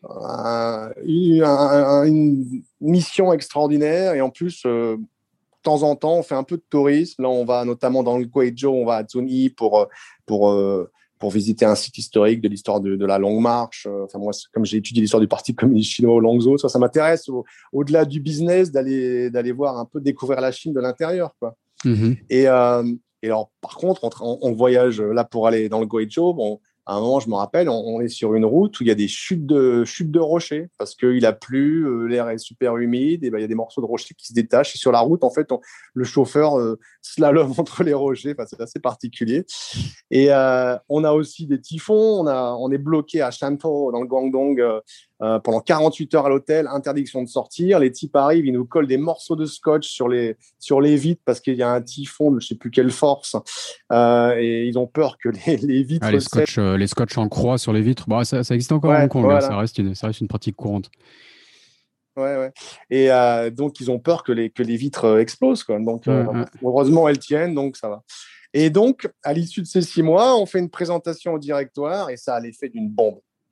une mission extraordinaire. Et en plus, de temps en temps, on fait un peu de tourisme. Là, on va notamment dans le Guizhou, on va à Zunyi pour visiter un site historique de l'histoire de la Longue Marche. Enfin, moi, comme j'ai étudié l'histoire du Parti communiste chinois au Langzhou, ça m'intéresse au-delà du business d'aller voir un peu, découvrir la Chine de l'intérieur, quoi. Et alors, par contre, on voyage là pour aller dans le Guizhou. Bon, à un moment, je me rappelle, on est sur une route où il y a des chutes de rochers parce qu'il a plu, l'air est super humide, et il y a des morceaux de rochers qui se détachent. Et sur la route, en fait, le chauffeur slalom entre les rochers. Enfin, c'est assez particulier. Et on a aussi des typhons. On est bloqué à Shantou, dans le Guangdong, pendant 48 heures à l'hôtel, interdiction de sortir. Les types arrivent, ils nous collent des morceaux de scotch sur les vitres parce qu'il y a un typhon de je ne sais plus quelle force. Et ils ont peur que les vitres...
les scotch en croix sur les vitres, ça existe encore à Hong Kong, voilà. Ça reste une pratique courante.
Ouais. Et donc, ils ont peur que les vitres explosent, quoi. Donc, heureusement, elles tiennent, donc ça va. Et donc, à l'issue de ces 6 mois, on fait une présentation au directoire et ça a l'effet d'une bombe.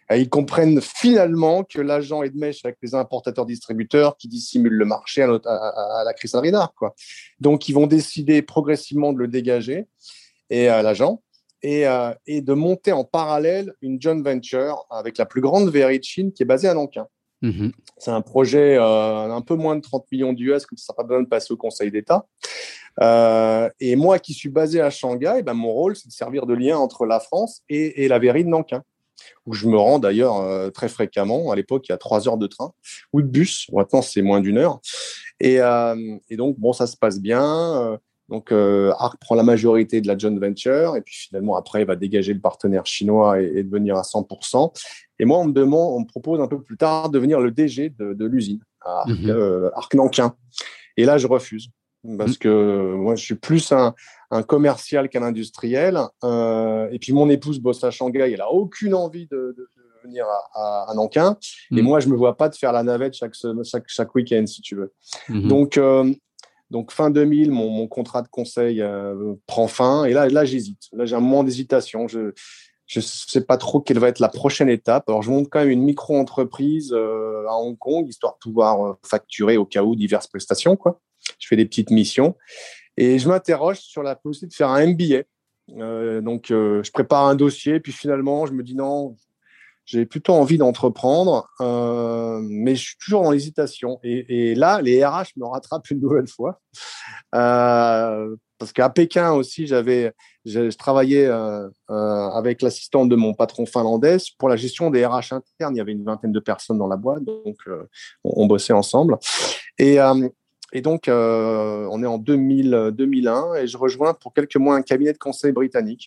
Et ils comprennent finalement que l'agent est de mèche avec les importateurs-distributeurs qui dissimulent le marché à la Chrysler Renard, quoi. Donc, ils vont décider progressivement de le dégager, et l'agent, et de monter en parallèle une joint venture avec la plus grande verrerie de Chine qui est basée à Nankin.
Mhm.
C'est un projet un peu moins de 30 millions d'US, comme ça n'a pas besoin de passer au Conseil d'État. Et moi qui suis basé à Shanghai, ben, mon rôle, c'est de servir de lien entre la France et la verrerie de Nankin, où je me rends d'ailleurs très fréquemment. À l'époque, il y a 3 heures de train ou de bus. Maintenant, c'est moins d'1 heure. Et donc, bon, ça se passe bien. Donc, Arc prend la majorité de la joint venture, et puis finalement, après, il va dégager le partenaire chinois et devenir à 100%. Et moi, on me propose un peu plus tard de devenir le DG de l'usine à Arc Nankin. Et là, je refuse. Parce que moi, je suis plus un commercial qu'un industriel. Et puis, mon épouse bosse à Shanghai. Elle n'a aucune envie de venir à Nankin. Et moi, je ne me vois pas de faire la navette chaque week-end, si tu veux. Donc, fin 2000, mon contrat de conseil prend fin. Et là, j'hésite. Là, j'ai un moment d'hésitation. Je ne sais pas trop quelle va être la prochaine étape. Alors, je monte quand même une micro-entreprise à Hong Kong, histoire de pouvoir facturer au cas où diverses prestations, quoi. Je fais des petites missions. Et je m'interroge sur la possibilité de faire un MBA. Donc, je prépare un dossier. Puis finalement, je me dis non, j'ai plutôt envie d'entreprendre, mais je suis toujours dans l'hésitation. Et là, les RH me rattrapent une nouvelle fois. Parce qu'à Pékin aussi, je travaillais avec l'assistante de mon patron finlandais pour la gestion des RH internes. Il y avait une vingtaine de personnes dans la boîte, donc on bossait ensemble. Et donc, on est en 2001 et je rejoins pour quelques mois un cabinet de conseil britannique.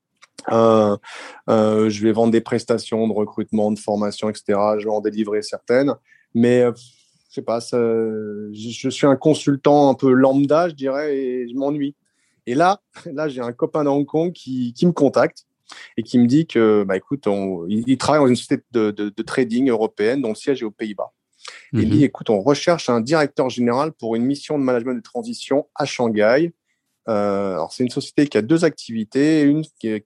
Je vais vendre des prestations de recrutement, de formation, etc. Je vais en délivrer certaines, mais je sais pas, je suis un consultant un peu lambda, je dirais, et je m'ennuie. Et là, j'ai un copain de Hong Kong qui me contacte et qui me dit que, bah, écoute, il travaille dans une société de trading européenne dont le siège est aux Pays-Bas. Et il me dit, écoute, on recherche un directeur général pour une mission de management de transition à Shanghai. Alors, c'est une société qui a 2 activités. Une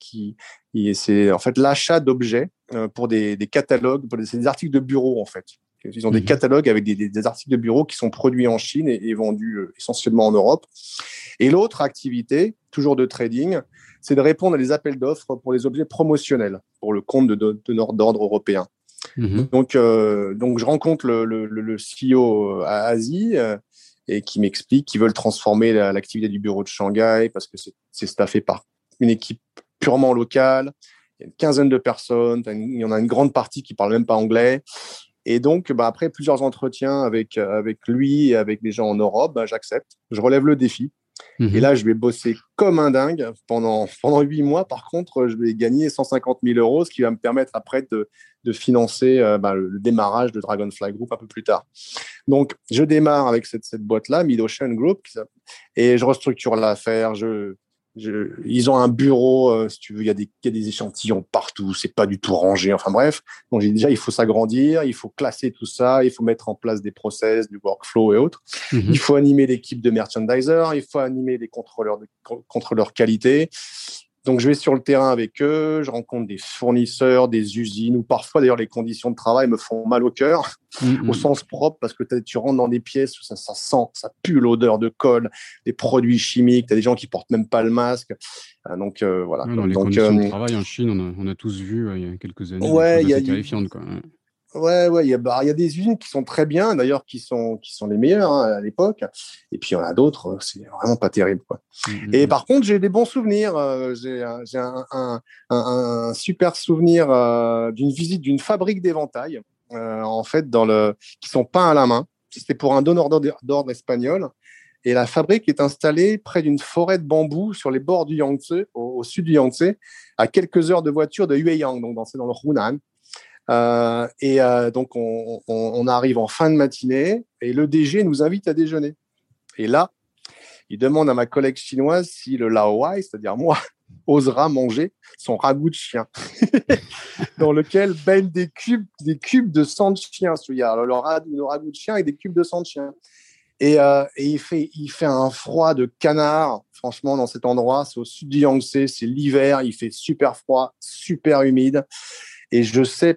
c'est en fait l'achat d'objets pour des catalogues, c'est des articles de bureau en fait. Ils ont des catalogues avec des articles de bureau qui sont produits en Chine et vendus essentiellement en Europe. Et l'autre activité, toujours de trading, c'est de répondre à des appels d'offres pour les objets promotionnels pour le compte d'ordre européen. Donc, je rencontre le CEO à Asie et qui m'explique qu'ils veulent transformer l'activité du bureau de Shanghai parce que c'est staffé par une équipe purement locale. Il y a une quinzaine de personnes. Il y en a une grande partie qui ne parle même pas anglais. Et donc, après plusieurs entretiens avec lui et avec des gens en Europe, j'accepte. Je relève le défi. Et là, je vais bosser comme un dingue pendant 8 mois. Par contre, je vais gagner 150 000 euros, ce qui va me permettre après de financer le démarrage de Dragonfly Group un peu plus tard. Donc, je démarre avec cette boîte-là, Mid-Ocean Group, et je restructure l'affaire. Ils ont un bureau, si tu veux, il y a des échantillons partout, c'est pas du tout rangé. Enfin bref, donc déjà, il faut s'agrandir, il faut classer tout ça, il faut mettre en place des process, du workflow et autres. Il faut animer l'équipe de merchandisers, il faut animer les contrôleurs qualité. Donc, je vais sur le terrain avec eux, je rencontre des fournisseurs, des usines, où parfois, d'ailleurs, les conditions de travail me font mal au cœur, au sens propre, parce que tu rentres dans des pièces où ça sent, ça pue l'odeur de colle, des produits chimiques, tu as des gens qui portent même pas le masque. Donc, voilà.
Ouais, dans les conditions de travail en Chine, on a tous vu il y a quelques années des choses assez terrifiantes, quoi.
Ouais, il y a des usines qui sont très bien, d'ailleurs, qui sont les meilleures à l'époque. Et puis, il y en a d'autres, c'est vraiment pas terrible, quoi. Et par contre, j'ai des bons souvenirs. J'ai un super souvenir d'une visite d'une fabrique d'éventails, en fait, qui sont peints à la main. C'était pour un donneur d'ordre espagnol. Et la fabrique est installée près d'une forêt de bambous sur les bords du Yangtze, au sud du Yangtze, à quelques heures de voiture de Yueyang, donc c'est dans le Hunan. Donc, on arrive en fin de matinée et le DG nous invite à déjeuner. Et là, il demande à ma collègue chinoise si le Laowai, c'est-à-dire moi, osera manger son ragoût de chien, dans lequel baignent des cubes de sang de chien. Il y a le ragoût de chien et des cubes de sang de chien. Et il fait un froid de canard, franchement, dans cet endroit. C'est au sud du Yangtze, c'est l'hiver, il fait super froid, super humide. et je sais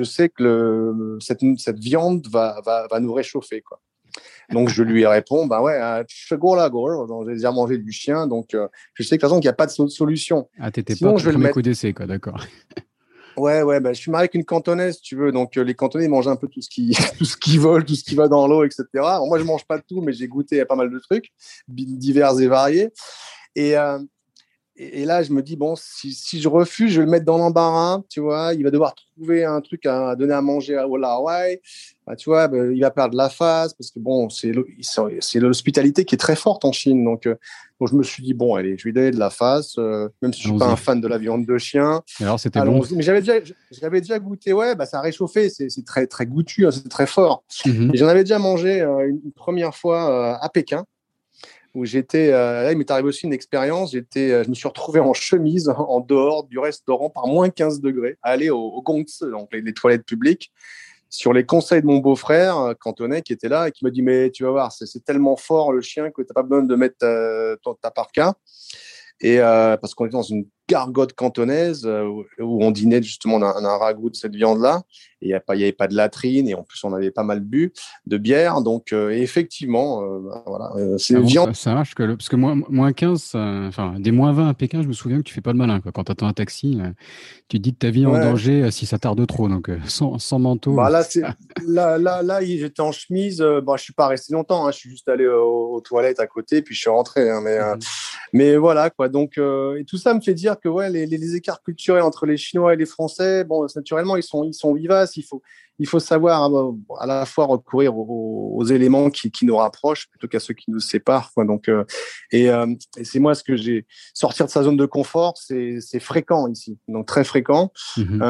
que cette viande va nous réchauffer, quoi. Donc, je lui réponds, bah ouais, j'ai déjà mangé du chien, donc je sais que de toute façon, qu'il n'y a pas de solution.
Ah, t'étais pas
Sinon,
ton
je vais le
premier
mettre.
coup d'essai, quoi, d'accord.
Ouais, bah, je suis marié avec une cantonaise, si tu veux. Donc, les cantonais, ils mangent un peu tout ce qui, tout ce qui vole, tout ce qui va dans l'eau, etc. Alors, moi, je mange pas de tout, mais j'ai goûté à pas mal de trucs, divers et variés. Et, euh, et là, je me dis, bon, si je refuse, je vais le mettre dans l'embarras, tu vois. Il va devoir trouver un truc à donner à manger au Hawaï. Bah, tu vois, bah, il va perdre la face parce que, bon, c'est l'hospitalité qui est très forte en Chine. Donc, je me suis dit, bon, allez, je vais lui donner de la face, même si je suis pas un
Allons-y.
fan de la viande de chien.
Et alors, c'était bon?
Allons-y. Mais j'avais déjà goûté, ouais, bah, ça a réchauffé. C'est très, très goûtu, hein, c'est très fort.
Mhm.
Et j'en avais déjà mangé une première fois à Pékin où j'étais, là, il m'est arrivé aussi une expérience. Je me suis retrouvé en chemise en dehors du restaurant par moins 15 degrés, à aller au Gongzi, donc les toilettes publiques, sur les conseils de mon beau-frère cantonais qui était là et qui m'a dit, mais tu vas voir, c'est tellement fort le chien que tu n'as pas besoin de mettre ta parka. Et parce qu'on était dans une gargote cantonaise où on dînait justement d'un ragoût de cette viande-là. Et il n'y avait pas de latrine et en plus on avait pas mal bu de bière. Donc et effectivement, voilà,
Ah
c'est
bon,
viande.
ça marche parce que moins 15, enfin, des moins 20 à Pékin, je me souviens que tu fais pas le malin, quoi. Quand tu attends un taxi, tu te dis que ta vie est en
Ouais.
danger si ça tarde trop. Donc, sans manteau,
Bah là, j'étais en chemise. Bah, je suis pas resté longtemps, hein. Je suis juste allé aux toilettes à côté, puis je suis rentré, hein.
Mhm.
Mais voilà, quoi. Donc, et tout ça me fait dire que ouais, les écarts culturels entre les Chinois et les Français, bon, naturellement, ils sont vivaces. Il faut savoir hein, à la fois recourir aux éléments qui nous rapprochent plutôt qu'à ceux qui nous séparent, quoi. Donc, et c'est moi ce que j'ai sortir de sa zone de confort, c'est fréquent ici, donc très fréquent.
Mhm.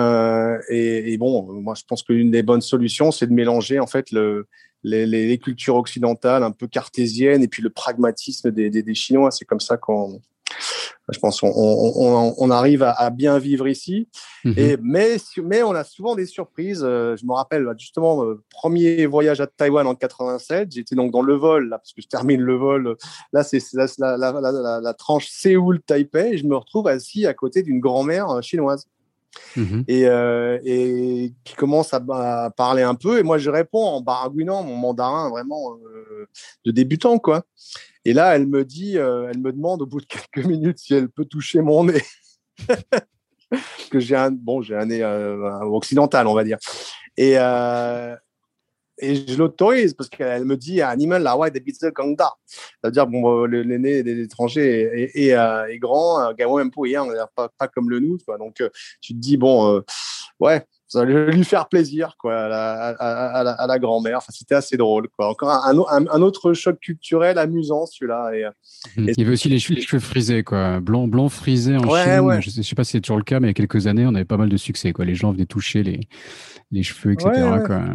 Et bon, moi, je pense que l'une des bonnes solutions, c'est de mélanger en fait les cultures occidentales un peu cartésiennes et puis le pragmatisme des Chinois. C'est comme ça je pense, on arrive à bien vivre ici.
Mhm.
Mais on a souvent des surprises. Je me rappelle justement, premier voyage à Taïwan en 87. J'étais donc dans le vol, là, parce que je termine le vol. Là, c'est la tranche Séoul-Taipei. Et je me retrouve assis à côté d'une grand-mère chinoise
Mhm.
et qui commence à parler un peu. Et moi, je réponds en baragouinant mon mandarin vraiment de débutant, quoi. Et là, elle me demande au bout de quelques minutes si elle peut toucher mon nez, que j'ai un nez occidental, on va dire. Et, euh, et je l'autorise parce qu'elle me dit animal la ouais des pizzas gangda. C'est-à-dire bon le nez des étrangers est grand, gamin un peu pas comme le nôtre, quoi. Donc tu te dis bon ouais, ça va lui faire plaisir quoi à la grand-mère. Enfin, c'était assez drôle quoi. Encore un autre choc culturel amusant celui-là
Mhm.
et
Il y avait aussi les cheveux frisés, quoi. Blanc frisé en
ouais
Chine.
ouais
Je sais pas si c'est toujours le cas, mais il y a quelques années, on avait pas mal de succès, quoi. Les gens venaient toucher les cheveux,
ouais
etc.,
ouais.
quoi.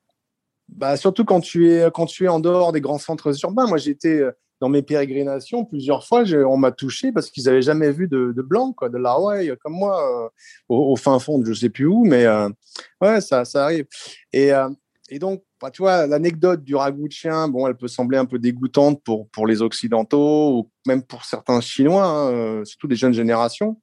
Bah, surtout quand tu es en dehors des grands centres urbains. Moi, j'étais dans mes pérégrinations plusieurs fois, on m'a touché parce qu'ils n'avaient jamais vu de blanc, quoi, de l'Hawaï, comme moi, au fin fond de je ne sais plus où, mais ouais, ça arrive. Et, euh, et donc, bah, tu vois, l'anecdote du ragoût de chien, bon, elle peut sembler un peu dégoûtante pour les Occidentaux ou même pour certains Chinois, hein, surtout des jeunes générations.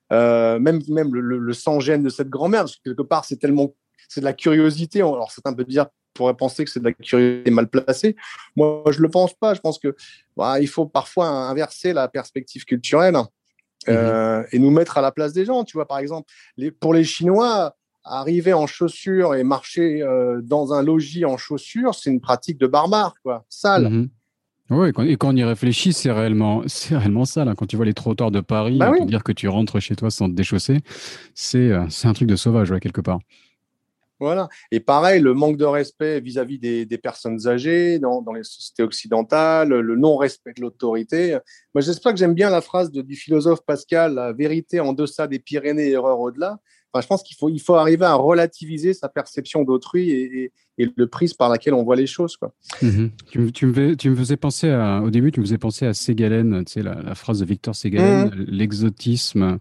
Même le sans-gêne de cette grand-mère, parce que quelque part, c'est de la curiosité. Alors, certains peuvent dire, pourrait penser que c'est de la curiosité mal placée. Moi, je le pense pas. Je pense que bah, il faut parfois inverser la perspective culturelle
Mhm.
et nous mettre à la place des gens. Tu vois, par exemple, pour les Chinois, arriver en chaussures et marcher dans un logis en chaussures, c'est une pratique de barbare, quoi, sale.
Mhm. Oui, et quand on y réfléchit, c'est réellement ça, là. Quand tu vois les trottoirs de Paris,
Ben
te
oui.
dire que tu rentres chez toi sans te déchausser, c'est un truc de sauvage, ouais, quelque part.
Voilà. Et pareil, le manque de respect vis-à-vis des personnes âgées dans les sociétés occidentales, le non-respect de l'autorité. Moi, j'espère que j'aime bien la phrase du philosophe Pascal, la vérité en deçà des Pyrénées, erreur au-delà. Enfin, je pense il faut arriver à relativiser sa perception d'autrui et le prisme par laquelle on voit les choses, quoi.
Mhm. Tu me faisais penser au début, tu me faisais penser à Ségalen, tu sais, la phrase de Victor Ségalen,
Mmh,
l'exotisme,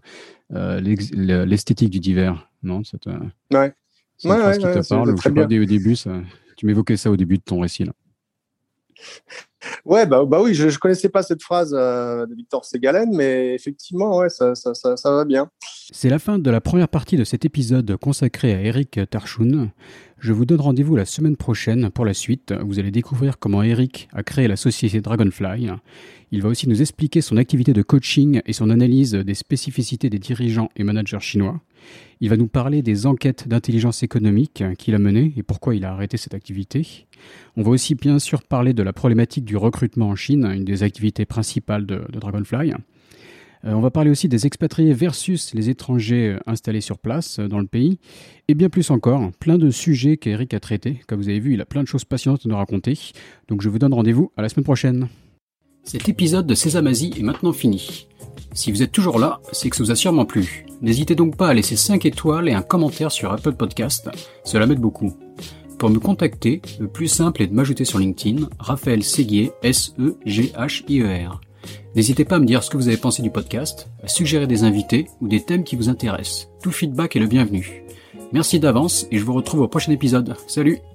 l'esthétique du divers. Non,
ouais.
c'est une
Ouais,
phrase
ouais,
qui te
ouais,
parle,
c'est
ou je
très
sais pas,
bien.
au début, tu m'évoquais ça au début de ton récit, là.
Ouais, bah oui, je connaissais pas cette phrase de Victor Ségalen, mais effectivement, ouais, ça va bien.
C'est la fin de la première partie de cet épisode consacré à Eric Tarchoun. Je vous donne rendez-vous la semaine prochaine pour la suite. Vous allez découvrir comment Eric a créé la société Dragonfly. Il va aussi nous expliquer son activité de coaching et son analyse des spécificités des dirigeants et managers chinois. Il va nous parler des enquêtes d'intelligence économique qu'il a menées et pourquoi il a arrêté cette activité. On va aussi bien sûr parler de la problématique du recrutement en Chine, une des activités principales de Dragonfly. On va parler aussi des expatriés versus les étrangers installés sur place dans le pays, et bien plus encore, plein de sujets qu'Eric a traités. Comme vous avez vu, il a plein de choses passionnantes à nous raconter, donc je vous donne rendez-vous à la semaine prochaine. Cet épisode de Sésame Asie est maintenant fini. Si vous êtes toujours là, c'est que ça vous a sûrement plu. N'hésitez donc pas à laisser 5 étoiles et un commentaire sur Apple Podcast, cela m'aide beaucoup. Pour me contacter, le plus simple est de m'ajouter sur LinkedIn, Raphaël Séguier, S-E-G-H-I-E-R. N'hésitez pas à me dire ce que vous avez pensé du podcast, à suggérer des invités ou des thèmes qui vous intéressent. Tout feedback est le bienvenu. Merci d'avance et je vous retrouve au prochain épisode. Salut!